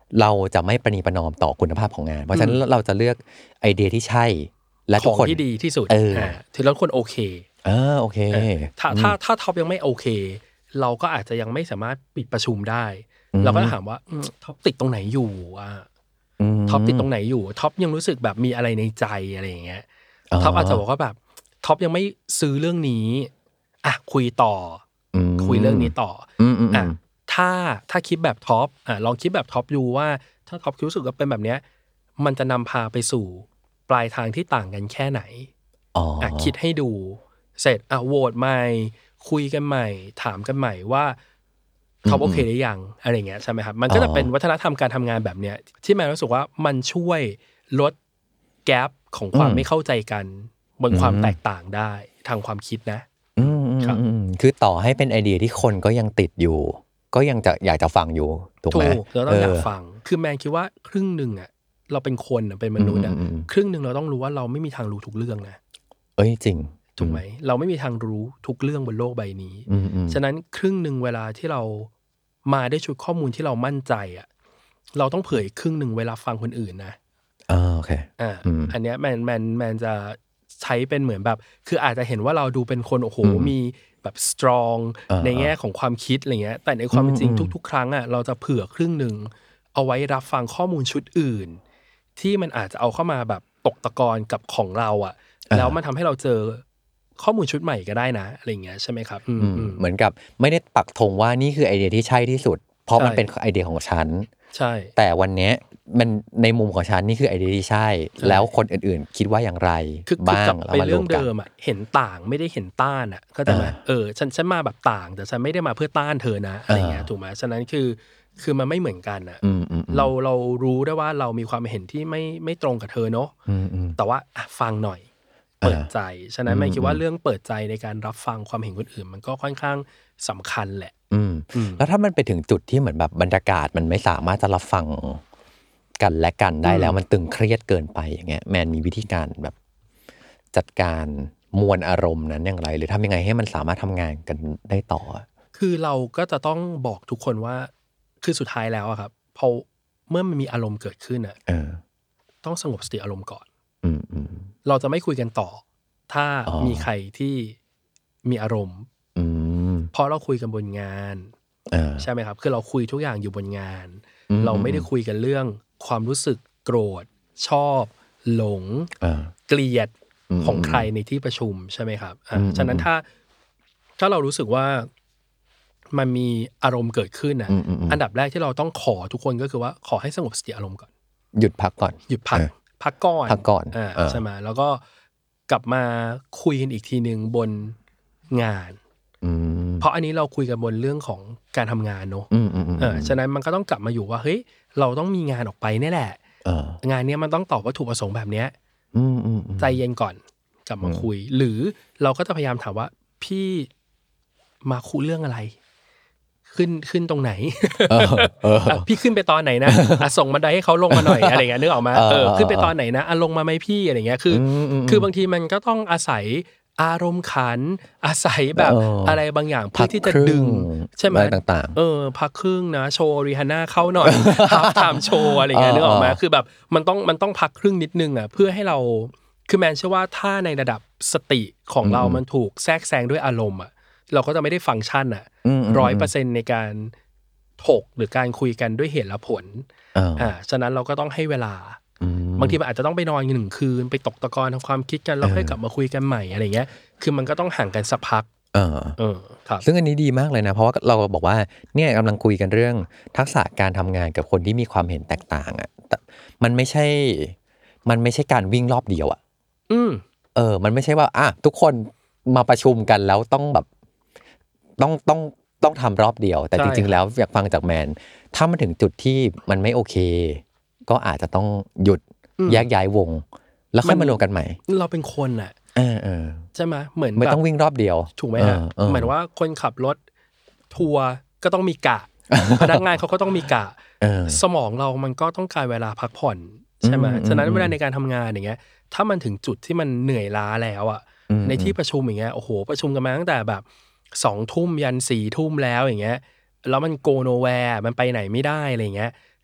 Speaker 4: เราจะไม่ประนีประนอมต่อคุณภาพของงานเพราะฉะนั้นเราจะเลือกไอเดียที่ใช่และทุกคน
Speaker 5: ที่ดีที่สุด
Speaker 4: เออ
Speaker 5: อ่าถึงแล้วคนโอเค
Speaker 4: เออโอเค
Speaker 5: ถ้าถ้าถ้าท็อปยังไม่โอเคเราก็อาจจะยังไม่สามารถปิดประชุมได้เราก็ถามว่าท็อปติดตรงไหนอยู่อ่ะท็อปติดตรงไหนอยู่ท็อปยังรู้สึกแบบมีอะไรในใจอะไรอย่างเงี้ยท็อปอาจจะบอกว่าแบบท็อปยังไม่ซื้อเรื่องนี้อ่ะคุยต่อคุยเรื่องนี้ต่ออ่ะถ้าถ้าคิดแบบท็อปอ่ะลองคิดแบบท็อปดูว่าถ้าท็อปรู้สึกว่าเป็นแบบเนี้ยมันจะนำพาไปสู่ปลายทางที่ต่างกันแค่ไหนอ่ะคิดให้ดูเสร็จอ่ะโหวตใหม่คุยกันใหม่ถามกันใหม่ว่าท็อปโอเคหรือยังอะไรเงี้ยใช่ไหมครับมันก็จะเป็นวัฒนธรรมการทำงานแบบเนี้ยที่แม่รู้สึกว่ามันช่วยลดแกปของความไม่เข้าใจกันบนความแตกต่างได้ทางความคิดนะ
Speaker 4: อืมคือต่อให้เป็นไอเดียที่คนก็ยังติดอยู่ก็ยังจะอยากจะฟังอยู่ถูกไหม
Speaker 5: ถูกเราต้องอยากฟังคือแมนคิดว่าครึ่งหนึ่งอ่ะเราเป็นคนอ่ะเป็นมนุษย์อ่ะครึ่งหนึ่งเราต้องรู้ว่าเราไม่มีทางรู้ทุกเรื่องนะ
Speaker 4: เอ้ยจริง
Speaker 5: ถูกไหมเราไม่มีทางรู้ทุกเรื่องบนโลกใบนี้ฉะนั้นครึ่งหนึ่งเวลาที่เรามาได้ชุดข้อมูลที่เรามั่นใจอ่ะเราต้องเผยครึ่งหนึ่งเวลาฟังคนอื่นนะ
Speaker 4: อ่าโอเค
Speaker 5: อ่าอันเนี้ยแมนแมนแมนจะใช้เป็นเหมือนแบบคืออาจจะเห็นว่าเราดูเป็นคนโอ้โหมีแบบ strong ในแง่ของความคิดอะไรเงี้ยแต่ในความเป็นจริงทุกๆครั้งอ่ะเราจะเผื่อครึ่งหนึ่งเอาไว้รับฟังข้อมูลชุดอื่นที่มันอาจจะเอาเข้ามาแบบตกตะกอนกับของเราอ่ะแล้วมันทำให้เราเจอข้อมูลชุดใหม่ก็ได้นะอะไรเงี้ยใช่ไหมครับ
Speaker 4: เหมือนกับไม่ได้ปักธงว่านี่คือไอเดียที่ใช่ที่สุดเพราะมันเป็นไอเดียของฉัน
Speaker 5: ใช่
Speaker 4: แต่วันนี้มันในมุมของฉันนี่คือไอเดียที่ใช่แล้วคนอื่นๆคิดว่าอย่างไรบ้าง
Speaker 5: แล้วมาเรื่องเดิมอ่ะเห็นต่างไม่ได้เห็นต้านอ่ะก็แต่ไหมเออฉันฉันมาแบบต่างแต่ฉันไม่ได้มาเพื่อต้านเธอนะอะไรเงี้ยถูกไหมฉะนั้นคือคือมันไม่เหมือนกันอ่ะเราเรารู้ได้ว่าเรามีความเห็นที่ไม่ไม่ตรงกับเธอเนาะแต่ว่าฟังหน่อยเปิดใจฉะนั้นไม่คิดว่าเรื่องเปิดใจในการรับฟังความเห็นคนอื่นมันก็ค่อนข้างสำคัญแหละ
Speaker 4: แล้วถ้ามันไปถึงจุดที่เหมือนแบบบรรยากาศมันไม่สามารถจะรับฟังกันและกันได้แล้วมันตึงเครียดเกินไปอย่างเงี้ยแมนมีวิธีการแบบจัดการมวลอารมณ์นั้นอย่างไรหรือทำยังไงให้มันสามารถทำงานกันได้ต่อ
Speaker 5: คือเราก็จะต้องบอกทุกคนว่าคือสุดท้ายแล้วอะครับพอเมื่อมันมีอารมณ์เกิดขึ้นอะต้องสงบสติอารมณ์ก่อนเราจะไม่คุยกันต่อถ้ามีใครที่มีอารมณ์เพราะเราคุยกันบนงานใช่ไหมครับคือเราคุยทุกอย่างอยู่บนงานเราไม่ได้คุยกันเรื่องความรู้สึกโกรธชอบหลงเกลียดของใครในที่ประชุมใช่ไหมครับฉะนั้นถ้าถ้าเรารู้สึกว่ามันมีอารมณ์เกิดขึ้นนะอันดับแรกที่เราต้องขอทุกคนก็คือว่าขอให้สงบสติอารมณ์ก่อน
Speaker 4: หยุดพักก่อน
Speaker 5: หยุดพักพักก่อน
Speaker 4: พักก่อน
Speaker 5: ใช่ไหมแล้วก็กลับมาคุยกันอีกทีนึงบนงานเพราะอันนี้เราคุยกันบนเรื่องของการทำงานเนอะฉะนั้นมันก็ต้องกลับมาอยู่ว่าเฮ้ยเราต้องมีงานออกไปนี่แหละงานนี้มันต้องตอบวัตถุประสงค์แบบเนี้ยใจเย็นก่อนกลับมาคุยหรือเราก็จะพยายามถามว่าพี่มาคุยเรื่องอะไรขึ้นขึ้นตรงไหนพี่ขึ้นไปตอนไหนนะส่งบันไดให้เขาลงมาหน่อยอะไรเงี้ยนึกออกมาเออขึ้นไปตอนไหนนะลงมาไหมพี่อะไรเงี้ยคือคือบางทีมันก็ต้องอาศัยอารมณ์ขันอาศัยแบบอะไรบางอย่างเพื่อที่จะดึงใช่ไหม
Speaker 4: ต่าง
Speaker 5: ๆเออพักครึ่งนะโชว์ริฮาน่าเข้าหน่อยฮาล์ฟไทม์โชว์อะไรเงี้ยนึกออกมาคือแบบมันต้องมันต้องพักครึ่งนิดนึงอ่ะเพื่อให้เราคือแมนเชื่อว่าถ้าในระดับสติของเรามันถูกแทรกแซงด้วยอารมณ์อ่ะเราก็จะไม่ได้ฟังก์ชันอ่ะร้อยเปอร์เซ็นต์ในการถกหรือการคุยกันด้วยเหตุและผลอ่าฉะนั้นเราก็ต้องให้เวลาบางทีมันอาจจะต้องไปนอนหนึ่งคืนไปตกตะกอนทำความคิดกันแล้วค่อยกลับมาคุยกันใหม่อะไรเงี้ยคือมันก็ต้องห่างกันสักพัก
Speaker 4: เออเออครับซึ่งอันนี้ดีมากเลยนะเพราะว่าเราบอกว่าเนี่ยกำลังคุยกันเรื่องทักษะการทำงานกับคนที่มีความเห็นแตกต่างอ่ะมันไม่ใช่มันไม่ใช่การวิ่งรอบเดียวอ่ะ
Speaker 5: อืม
Speaker 4: เออมันไม่ใช่ว่าอ่ะทุกคนมาประชุมกันแล้วต้องแบบต้องต้องต้องทำรอบเดียวแต่จริงๆแล้วอยากฟังจากแมนถ้ามันถึงจุดที่มันไม่โอเคก็อาจจะต้องหยุดแยกย้ายวงแล้วค่อยมารวมกันใหม่
Speaker 5: เราเป็นคนอ่ะ
Speaker 4: เออเออ
Speaker 5: ใช่ไหมเหมือน
Speaker 4: ไม่ต้องวิ่งรอบเดียว
Speaker 5: ถูกไหมฮะหมายว่าคนขับรถทัวร์ก็ต้องมีกะพนักงานเขาก็ต้องมีกะสมองเรามันก็ต้องการเวลาพักผ่อนใช่ไหมฉะนั้นเวลาในการทำงานอย่างเงี้ยถ้ามันถึงจุดที่มันเหนื่อยล้าแล้วอ่ะในที่ประชุมอย่างเงี้ยโอ้โหประชุมกันมาตั้งแต่แบบสองทุ่มยันสี่ทุ่มแล้วอย่างเงี้ยแล้วมันโกโนแวร์มันไปไหนไม่ได้อะไรเงี้ย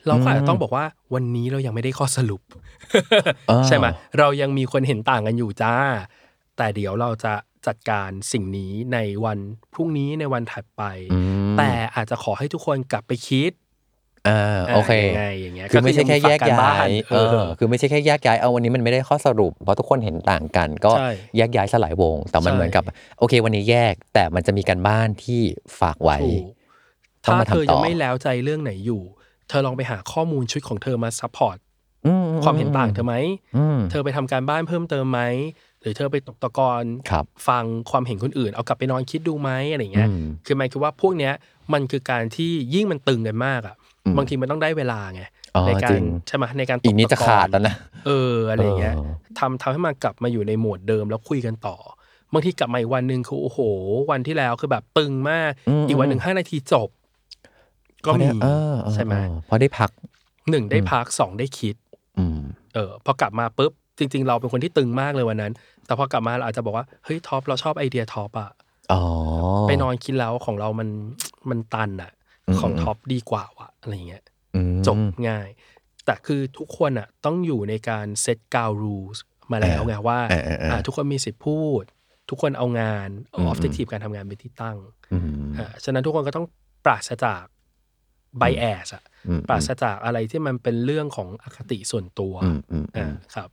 Speaker 5: เราก็อาจจะต้องบอกว่าวันนี้เรายังไม่ได้ข้อสรุป ใช่ไหมเรายังมีคนเห็นต่างกันอยู่จ้าแต่เดี๋ยวเราจะจัดการสิ่งนี้ในวันพรุ่งนี้ในวันถัดไปแต่อาจจะขอให้ทุกคนกลับไปคิด
Speaker 4: อ่าโอเค
Speaker 5: อย่างเงี้ย
Speaker 4: คือไม่ใช่แค่แยกย้ายเออคือไม่ใช่แค่แยกย้ายเอาวันนี้มันไม่ได้ข้อสรุปเพราะทุกคนเห็นต่างกันก็แยกย้ายสลายวงแต่มันเหมือนกับโอเควันนี้แยกแต่มันจะมีการบ้านที่ฝากไว้
Speaker 5: ถ้าเธอยังไม่แล้วใจเรื่องไหนอยู่เธอลองไปหาข้อมูลชุดของเธอมาซัพพอร์ตความเห็นต่างเธอไหมเธอไปทำการบ้านเพิ่มเติมไหมหรือเธอไปตกตะกอนฟังความเห็นคนอื่นเอากลับไปนอนคิดดูไหมอะไรเงี้ยคือหมายคือว่าพวกเนี้ยมันคือการที่ยิ่งมันตึงกันมากอ่ะบางทีมันต้องได้เวลาไงในการใช่ไหมในการตกตะกอน
Speaker 4: อีกนี้จะขาดแล้วนะ
Speaker 5: เอออะไรเงี้ยทำทำให้มันกลับมาอยู่ในโหมดเดิมแล้วคุยกันต่อบางทีกลับมาอีกวันนึงคือโอ้โหวันที่แล้วคือแบบตึงมากอีกวันนึงห้านาทีจบก็มีใช่ไหม
Speaker 4: พอได้พัก
Speaker 5: หนึ่งได้พักสองได้คิดเออพอกลับมาปุ๊บจริงๆเราเป็นคนที่ตึงมากเลยวันนั้นแต่พอกลับมาเราอาจจะบอกว่าเฮ้ยท็อปเราชอบไอเดียท็อปอ่ะไปนอนคิดแล้วของเรามันมันตันอ่ะของท็อปดีกว่าว่ะอะไรเงี้ยจบง่ายแต่คือทุกคนอ่ะต้องอยู่ในการเซตกาวรูลมาแล้วไงว่าทุกคนมีสิทธิ์พูดทุกคนเอางานเอาออบเจกตีฟการทำงานเป็นที่ตั้งอ่าฉะนั้นทุกคนก็ต้องปราศจากไบแอสอะปราศจากอะไรที่มันเป็นเรื่องของอคติส่วนตัวอ่าครับ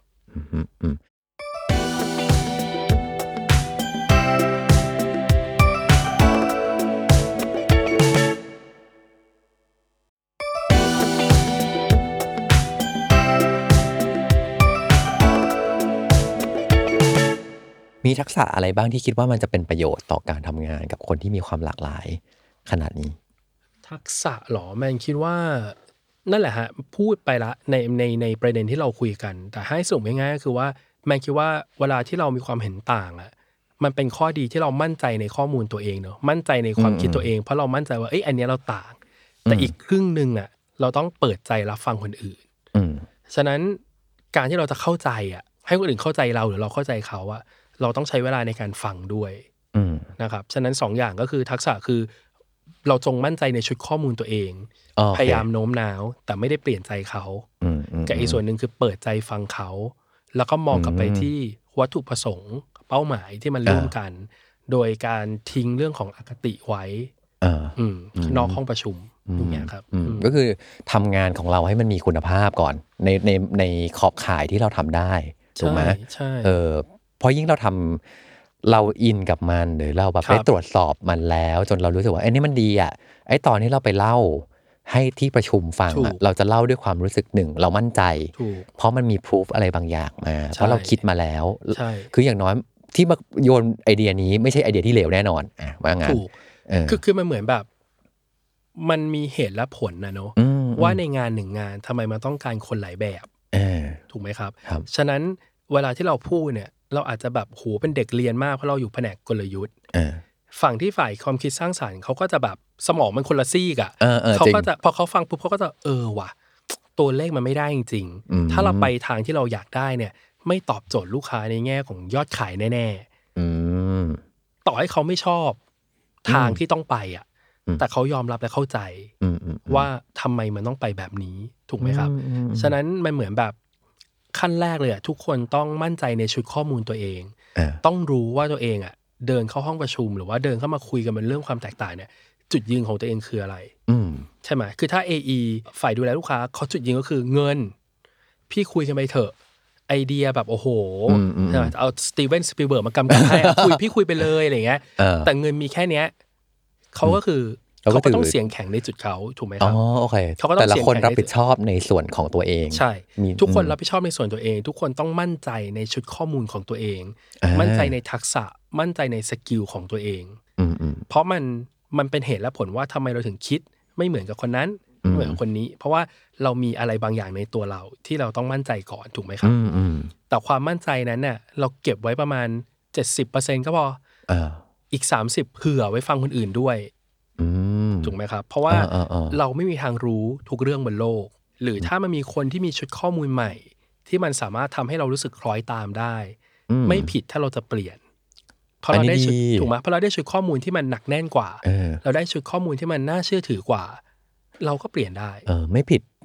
Speaker 4: มีทักษะอะไรบ้างที่คิดว่ามันจะเป็นประโยชน์ต่อการทำงานกับคนที่มีความหลากหลายขนาดนี้
Speaker 5: ทักษะหรอแมนคิดว่านั่นแหละฮะพูดไปละในในในประเด็นที่เราคุยกันแต่ให้สรุปง่ายๆก็คือว่าแมนคิดว่าเวลาที่เรามีความเห็นต่างอ่ะมันเป็นข้อดีที่เรามั่นใจในข้อมูลตัวเองเนอะมั่นใจในความคิดตัวเองเพราะเรามั่นใจว่าเอ้ยอันนี้เราต่างแต่อีกครึ่งนึงอ่ะเราต้องเปิดใจรับฟังคนอื่นฉะนั้นการที่เราจะเข้าใจอ่ะให้คนอื่นเข้าใจเราหรือเราเข้าใจเขาอ่ะเราต้องใช้เวลาในการฟังด้วยนะครับฉะนั้นสองอย่างก็คือทักษะคือเราจงมั่นใจในชุดข้อมูลตัวเอง okay. พยายามโน้มน้าวแต่ไม่ได้เปลี่ยนใจเขากับอีกส่วนหนึ่งคือเปิดใจฟังเขาแล้วก็มองกลับไปที่วัตถุประสงค์เป้าหมายที่มันร่วมกันโดยการทิ้งเรื่องของอคติไว้นอกห้องประชุมอย่างเงี้ยครับ
Speaker 4: ก็คือทำงานของเราให้มันมีคุณภาพก่อนในในในขอบข่ายที่เราทำได้ถูกไหม
Speaker 5: ใช่
Speaker 4: เออเพราะยิ่งเราทำเราอินกับมันหรือเราแบบได้ตรวจสอบมันแล้วจนเรารู้สึกว่าไอ้นี่มันดีอ่ะไอ้ตอนที่เราไปเล่าให้ที่ประชุมฟังอ่ะเราจะเล่าด้วยความรู้สึกหนึ่งเรามั่นใจเพราะมันมีพิสูจอะไรบางอย่างมาเพราะเราคิดมาแล้วคืออย่างน้อยที่มาโยนไอเดียนี้ไม่ใช่ไอเดียที่เลวแน่นอนอ่ะว่างั้น
Speaker 5: คือคือมันเหมือนแบบมันมีเหตุและผลนะเนาะว่าในงานหนึ่งงานทำไมมันต้องการคนหลายแบบถูกไหมครับฉะนั้นเวลาที่เราพูดเนี่ยเราอาจจะแบบโหเป็นเด็กเรียนมากเพราะเราอยู่แผนกกลยุทธ์ฝั่งที่ฝ่ายความคิดสร้างสรรค์เขาก็จะแบบสมองมันคนละซีกอ่ะเขาก็จะพอเขาฟังปุ๊บเขาก็จะเออว่ะตัวเลขมันไม่ได้จริงๆถ้าเราไปทางที่เราอยากได้เนี่ยไม่ตอบโจทย์ลูกค้าในแง่ของยอดขายแน่ๆต่อให้เขาไม่ชอบทางที่ต้องไปอ่ะแต่เขายอมรับและเข้าใจว่าทำไมมันต้องไปแบบนี้ถูกไหมครับฉะนั้นมันเหมือนแบบขั้นแรกเลยอ่ะทุกคนต้องมั่นใจในชุดข้อมูลตัวเองต้องรู้ว่าตัวเองอ่ะเดินเข้าห้องประชุมหรือว่าเดินเข้ามาคุยกันเป็นเรื่องความแตกต่างเนี่ยจุดยืนของตัวเองคืออะไรใช่ไหมคือถ้า เอ อี ฝ่ายดูแลลูกค้าเขาจุดยืนก็คือเงินพี่คุยกันไปเถอะไอเดียแบบโอ้โหใช่ไหมเอาสตีเวนสปิลเบิร์กมากำกับให้คุยพี่คุยไปเลยอะไรเงี้ยแต่เงินมีแค่เนี้ยเขาก็คือเขาก็ต้องเสียงแข็งในจุดเขาถูกไหมครับ
Speaker 4: อ๋อโอเคแต่ละคนรับผิดชอบในส่วนของตัวเอง
Speaker 5: ใช่ทุกคนรับผิดชอบในส่วนตัวเองทุกคนต้องมั่นใจในชุดข้อมูลของตัวเองมั่นใจในทักษะมั่นใจในสกิลของตัวเองเพราะมันมันเป็นเหตุและผลว่าทำไมเราถึงคิดไม่เหมือนกับคนนั้นไม่เหมือนคนนี้เพราะว่าเรามีอะไรบางอย่างในตัวเราที่เราต้องมั่นใจก่อนถูกไหมครับแต่ความมั่นใจนั้นเนี่ยเราเก็บไว้ประมาณ เจ็ดสิบเปอร์เซ็นต์ ก็พออีกสามสิบเผื่อไว้ฟังคนอื่นด้วยถูกไหมครับเพราะว่าเราไม่มีทางรู้ทุกเรื่องบนโลกหรือถ้ามันมีคนที่มีชุดข้อมูลใหม่ที่มันสามารถทำให้เรารู้สึกคล้อยตามได้ไม่ผิดถ้าเราจะเปลี่ยนเพราะเราได้ชุดถูกไหมเพราะเราได้ชุดข้อมูลที่มันหนักแน่นกว่าเราได้ชุดข้อมูลที่มันน่าเชื่อถือกว่าเราก็เปลี่ยนได้
Speaker 4: เออไม่ผิด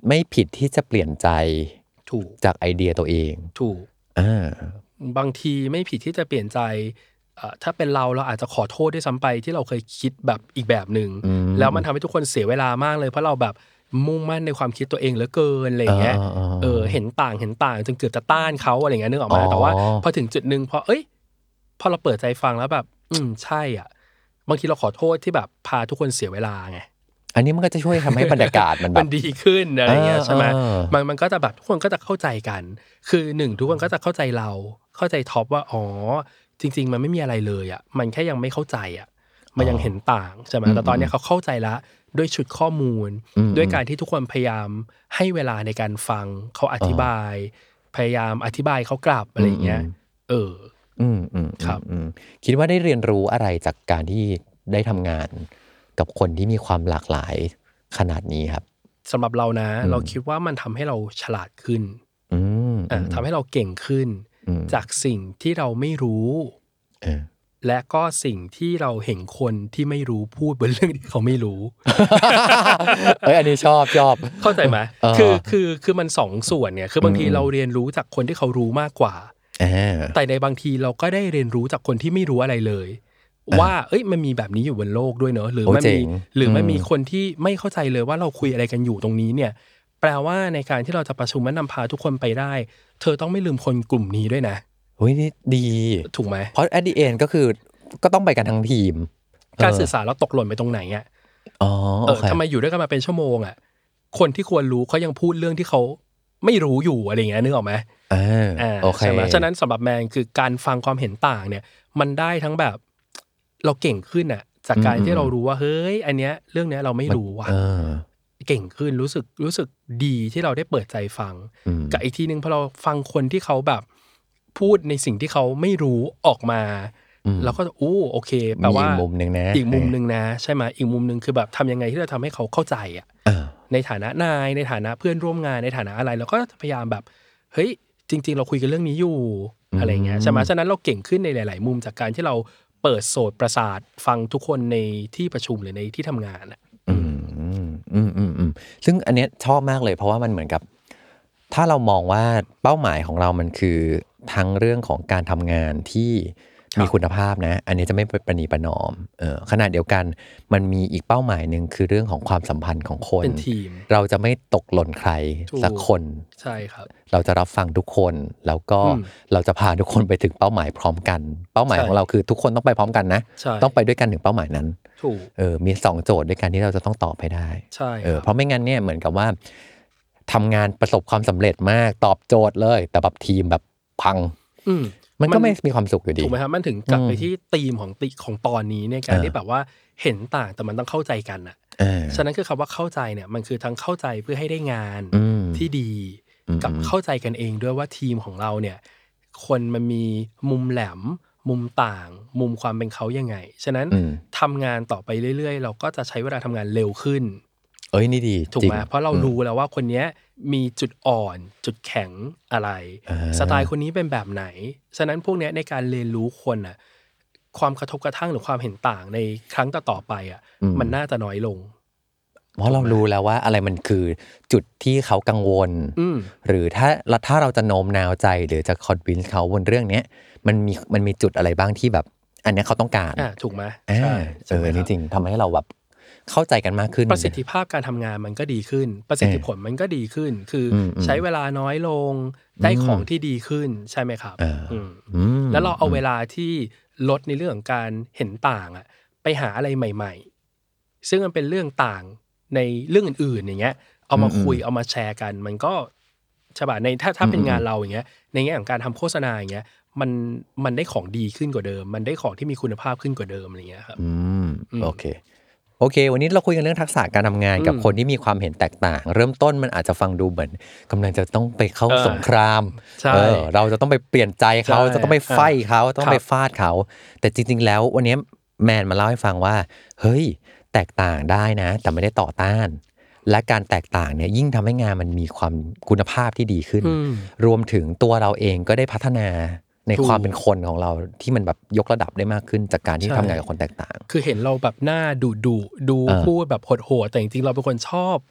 Speaker 4: ไม่ผิดที่จะเปลี่ยนใจ
Speaker 5: ถูก
Speaker 4: จากไอเดียตัวเอง
Speaker 5: ถูก
Speaker 4: อ่า
Speaker 5: บางทีไม่ผิดที่จะเปลี่ยนใจถ้าเป็นเราเราอาจจะขอโทษด้วยซ้ำไปที่เราเคยคิดแบบอีกแบบนึงแล้วมันทำให้ทุกคนเสียเวลามากเลยเพราะเราแบบมุ่งมั่นในความคิดตัวเองเหลือเกินอะไรเงี้ยเออเห็นต่างเห็นต่างจนเกือบจะต้านเขาอะไรเงี้ยนึกออกมาแต่ว่าพอถึงจุดนึงพอเอ้ยพอเราเปิดใจฟังแล้วแบบอืมใช่อ่ะบางทีเราขอโทษที่แบบพาทุกคนเสียเวลาไง
Speaker 4: อันนี้มันก็จะช่วยทำให้บรรยากาศมันแบบ
Speaker 5: มันดีขึ้นอะไรเงี้ยใช่ไหมมันมันก็จะแบบทุกคนก็จะเข้าใจกันคือหนึ่งทุกคนก็จะเข้าใจเราเข้าใจท็อปว่าอ๋อจริงๆมันไม่มีอะไรเลยอ่ะมันแค่ยังไม่เข้าใจอ่ะมันยังเห็นต่างใช่ไหมแต่ตอนนี้เขาเข้าใจละด้วยชุดข้อมูลด้วยการที่ทุกคนพยายามให้เวลาในการฟังเขาอธิบายพยายามอธิบายเขากลับอะไรเงี้ยเออ
Speaker 4: อืมอืมครับคิดว่าได้เรียนรู้อะไรจากการที่ได้ทำงานกับคนที่มีความหลากหลายขนาดนี้ครับ
Speaker 5: สำหรับเรานะเราคิดว่ามันทำให้เราฉลาดขึ้นอ่าทำให้เราเก่งขึ้นจากสิ่งที่เราไม่รู้และก็สิ่งที่เราเห็นคนที่ไม่รู้พูดบนเรื่องที่เขาไม่รู้
Speaker 4: เอ้ยอันนี้ชอบชอบ
Speaker 5: เข้าใจไหมคือคือคือมันสองส่วนเนี่ยคือบางทีเราเรียนรู้จากคนที่เขารู้มากกว่าแต่ในบางทีเราก็ได้เรียนรู้จากคนที่ไม่รู้อะไรเลยว่าเอ้ยมันมีแบบนี้อยู่บนโลกด้วยเนอะหรือมันมีหรือมันมีคนที่ไม่เข้าใจเลยว่าเราคุยอะไรกันอยู่ตรงนี้เนี่ยแปลว่าในการที่เราจะประชุมและนำพาทุกคนไปได้เธอต้องไม่ลืมคนกลุ่มนี้ด้วยนะ
Speaker 4: เฮ้ยนี่ดี
Speaker 5: ถูกไหม
Speaker 4: เพราะ at the end ก็คือก็ต้องไปกันทั้งทีม
Speaker 5: การสื่อสารเราตกหล่นไปตรงไหนอ่ะ
Speaker 4: อ๋อ
Speaker 5: เออทำไมอยู่ด้วยกันมาเป็นชั่วโมงอ่ะคนที่ควรรู้เขายังพูดเรื่องที่เขาไม่รู้อยู่อะไรอย่างเงี้ยนึกออกไหม
Speaker 4: อ่าโอเค
Speaker 5: ใช่ไหมฉะนั้นสำหรับแมนคือการฟังความเห็นต่างเนี่ยมันได้ทั้งแบบเราเก่งขึ้นอ่ะจากการที่เรารู้ว่าเฮ้ยอันเนี้ยเรื่องเนี้ยเราไม่รู้ว่ะเก่งขึ้นรู้สึกรู้สึกดีที่เราได้เปิดใจฟังกับอีกทีนึงพอเราฟังคนที่เขาแบบพูดในสิ่งที่เขาไม่รู้ออกมาแล้วก็อู้โอเคแปลว่า
Speaker 4: อีกมุมนึงนะ
Speaker 5: อีกมุมนึงนะใช่ไหมอีกมุมนึงคือแบบทำยังไงที่จะทำให้เขาเข้าใจอ่ะในฐานะนายในฐานะเพื่อนร่วมงานในฐานะอะไรเราก็พยายามแบบเฮ้ยจริงๆเราคุยกันเรื่องนี้อยู่อะไรเงี้ยใช่ไหมฉะนั้นเราเก่งขึ้นในหลายๆมุมจากการที่เราเปิดโสตประสาทฟังทุกคนในที่ประชุมหรือในที่ทำงานอ่ะ
Speaker 4: อืมอืมอืมอืมซึ่งอันเนี้ยชอบมากเลยเพราะว่ามันเหมือนกับถ้าเรามองว่าเป้าหมายของเรามันคือทั้งเรื่องของการทำงานที่มีคุณภาพนะอันนี้จะไม่ประนีประนอมเออขณะเดียวกันมันมีอีกเป้าหมายนึงคือเรื่องของความสัมพันธ์ของคน
Speaker 5: เป็นทีม
Speaker 4: เราจะไม่ตกหล่นใครสักคน
Speaker 5: ใช่ครับ
Speaker 4: เราจะรับฟังทุกคนแล้วก็เราจะพาทุกคนไปถึงเป้าหมายพร้อมกันเป้าหมายของเราคือทุกคนต้องไปพร้อมกันนะต้องไปด้วยกันถึงเป้าหมายนั้นเออมีสองโจทย์ด้วยกันที่เราจะต้องตอบให้ได้
Speaker 5: ใช่
Speaker 4: เออเพราะไม่งั้นเนี่ยเหมือนกับว่าทำงานประสบความสำเร็จมากตอบโจทย์เลยแต่แบบทีมแบบพังมันก็ไม่มีความสุขอยู่ดี
Speaker 5: ถูกไหมครับมันถึงกลับไปที่ธีมของติของตอนนี้ในการที่แบบว่าเห็นต่างแต่มันต้องเข้าใจกันอ่ะฉะนั้นคือคำว่าเข้าใจเนี่ยมันคือทั้งเข้าใจเพื่อให้ได้งานที่ดีกับเข้าใจกันเองด้วยว่าทีมของเราเนี่ยคนมันมีมุมแหลมมุมต่างมุมความเป็นเขายังไงฉะนั้นทำงานต่อไปเรื่อยๆเราก็จะใช้เวลาทำงานเร็วขึ้น
Speaker 4: เอ้ยนี่ดี
Speaker 5: ถูกไหมเพราะเรารู้แล้วว่าคนนี้มีจุดอ่อนจุดแข็งอะไรสไตล์คนนี้เป็นแบบไหนฉะนั้นพวกนี้ในการเรียนรู้คนอ่ะความกระทบกระทั่งหรือความเห็นต่างในครั้งต่อๆไปอ่ะมันน่าจะน้อยลง
Speaker 4: เพราะเรารู้แล้วว่าอะไรมันคือจุดที่เขากังวลหรือถ้าถ้าเราจะโน้มน้าวใจหรือจะคอนวินส์เขาบนเรื่องนี้มันมีมันมีจุดอะไรบ้างที่แบบอันนี้เขาต้องการ
Speaker 5: อ่าถูกไหม
Speaker 4: ใช่เออจริงๆทำให้เราแบบเข้าใจกันมากขึ้น
Speaker 5: ประสิทธิภาพการทำงานมันก็ดีขึ้นประสิทธิผลมันก็ดีขึ้นคือใช้เวลาน้อยลงได้ของที่ดีขึ้นใช่ไหมครับแล้วเราเอาเวลาที่ลดในเรื่องของการเห็นต่างอ่ะไปหาอะไรใหม่ๆซึ่งมันเป็นเรื่องต่างในเรื่องอื่นๆอย่างเงี้ยเอามาคุยเอามาแชร์กันมันก็ใช่ป่ะในถ้าถ้าเป็นงานเราอย่างเงี้ยในแง่ของการทำโฆษณาอย่างเงี้ยมันมันได้ของดีขึ้นกว่าเดิมมันได้ของที่มีคุณภาพขึ้นกว่าเดิมอะไรเงี้ยครับ
Speaker 4: อืมโอเคโอเควันนี้เราคุยกันเรื่องทักษะการทำงานกับคนที่มีความเห็นแตกต่างเริ่มต้นมันอาจจะฟังดูเหมือนกำลังจะต้องไปเข้าสงครามเออเราจะต้องไปเปลี่ยนใจเขาจะต้องไปไฟเขาต้องไปฟาดเขาแต่จริงๆแล้ววันนี้แมนมาเล่าให้ฟังว่าเฮ้ยแตกต่างได้นะแต่ไม่ได้ต่อต้านและการแตกต่างเนี่ยยิ่งทำให้งานมันมีความคุณภาพที่ดีขึ้นรวมถึงตัวเราเองก็ได้พัฒนาในความเป็นคนของเราที่มันแบบยกระดับได้มากขึ้นจากการที่ทำงานกับคนแตกต่าง
Speaker 5: คือเห็นเราแบบหน้าดุดุดูพูดแบบโหดๆแต่จริงๆเราเป็นคนชอบ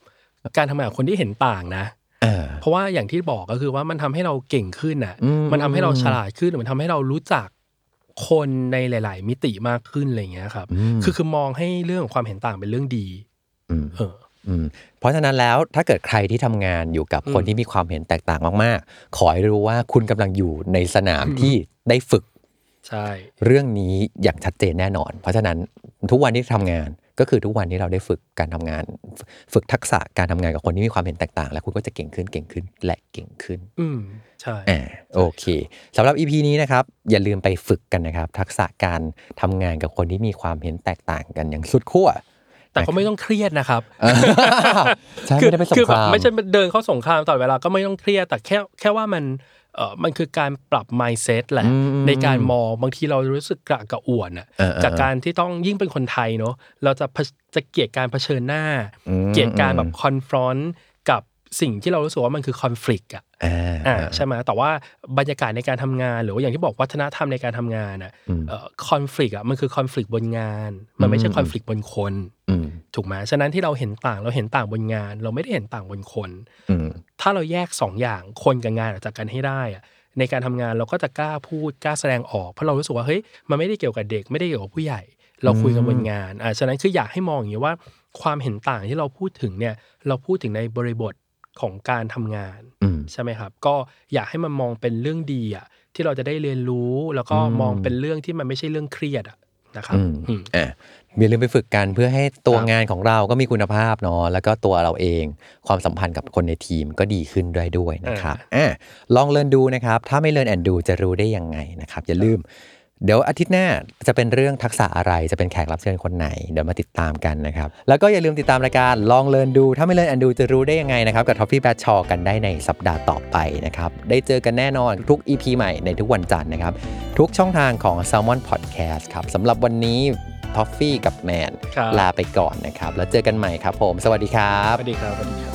Speaker 5: การทำงานกับคนที่เห็นต่างนะเพราะว่าอย่างที่บอกก็คือว่ามันทำให้เราเก่งขึ้นอ่ะมันทำให้เราฉลาดขึ้นมันทำให้เรารู้จักคนในหลายๆมิติมากขึ้นอะไรอย่างเงี้ยครับคือคือมองให้เรื่องของความเห็นต่างเป็นเรื่องดีเออ
Speaker 4: เพราะฉะนั้นแล้วถ้าเกิดใครที่ทำงานอยู่กับคนที่มีความเห็นแตกต่างมากๆขอให้รู้ว่าคุณกำลังอยู่ในสนามที่ได้ฝึก
Speaker 5: ใช่
Speaker 4: เรื่องนี้อย่างชัดเจนแน่นอนเพราะฉะนั้นทุกวันที่ทำงานก็คือทุกวันที่เราได้ฝึกการทำงานฝึกทักษะการทำงานกับคนที่มีความเห็นแตกต่างแล้วคุณก็จะเก่งขึ้นเก่งขึ้นและเก่งขึ้น
Speaker 5: อืมใช่
Speaker 4: อ่าโอเคสำหรับ อี พี นี้นะครับอย่าลืมไปฝึกกันนะครับทักษะการทำงานกับคนที่มีความเห็นแตกต่างกันอย่างสุดขั้ว
Speaker 5: แต่ก็ไม่ต้องเครียดนะครับ
Speaker 4: ใช่ไม่ได้ไปสงคราม
Speaker 5: ไม่ใช่เดินเข้าสงครามตลอดเวลาก็ไม่ต้องเครียดแต่แค่แค่ว่ามันเอ่อมันคือการปรับ mindset แหละในการมองบางทีเรารู้สึกกระกระอ่วนอ่ะจากการที่ต้องยิ่งเป็นคนไทยเนาะเราจะจะเกลียดการเผชิญหน้าเกลียดการแบบ confront กับสิ่งที่เรารู้สึกว่ามันคือ conflict อ่ะอ่าใช่ไหมแต่ว่าบรรยากาศในการทำงานหรือว่าอย่างที่บอกวัฒนธรรมในการทำงานอ่ะเอ่อ conflict อ่ะมันคือ conflict บนงานมันไม่ใช่ conflict บนคนถูกไหมฉะนั้นที่เราเห็นต่างเราเห็นต่างบนงานเราไม่ได้เห็นต่างบนคนถ้าเราแยกสองอย่างคนกับงานออกจากกันให้ได้อ่ะในการทำงานเราก็จะกล้าพูดกล้าแสดงออกเพราะเรารู้สึกว่าเฮ้ยมันไม่ได้เกี่ยวกับเด็กไม่ได้เกี่ยวกับผู้ใหญ่เราคุยกันบนงานอ่าฉะนั้นคืออยากให้มองอย่างนี้ว่าความเห็นต่างที่เราพูดถึงเนี่ยเราพูดถึงในบริบทของการทำงานใช่ไหมครับก็อยากให้มันมองเป็นเรื่องดีอ่ะที่เราจะได้เรียนรู้แล้วก็มองเป็นเรื่องที่มันไม่ใช่เรื่องเครียดอ่ะนะครับ
Speaker 4: อ่าอย่าลืมไปฝึกกันเพื่อให้ตัวงานของเราก็มีคุณภาพเนาะแล้วก็ตัวเราเองความสัมพันธ์กับคนในทีมก็ดีขึ้นด้วยด้วยนะครับอ่าลองเรียนดูนะครับถ้าไม่เรียนแอนดูจะรู้ได้ยังไงนะครับอย่าลืมเดี๋ยวอาทิตย์หน้าจะเป็นเรื่องทักษะอะไรจะเป็นแขกรับเชิญคนไหนเดี๋ยวมาติดตามกันนะครับแล้วก็อย่าลืมติดตามรายการลองเรียนดูถ้าไม่เรียนแอนดูจะรู้ได้ยังไงนะครับกับ Coffee Brat Chat กันได้ในสัปดาห์ต่อไปนะครับได้เจอกันแน่นอนทุก อี พี ใหม่ในทุกวันจันทร์นะครับทุกช่องทางของ Salmon Podcast ครับสำหรับวันนี้ทอฟฟี่กับแมนลาไปก่อนนะครับแล้วเจอกันใหม่ครับผมสวัสดีครับ
Speaker 5: สวัสดีครับ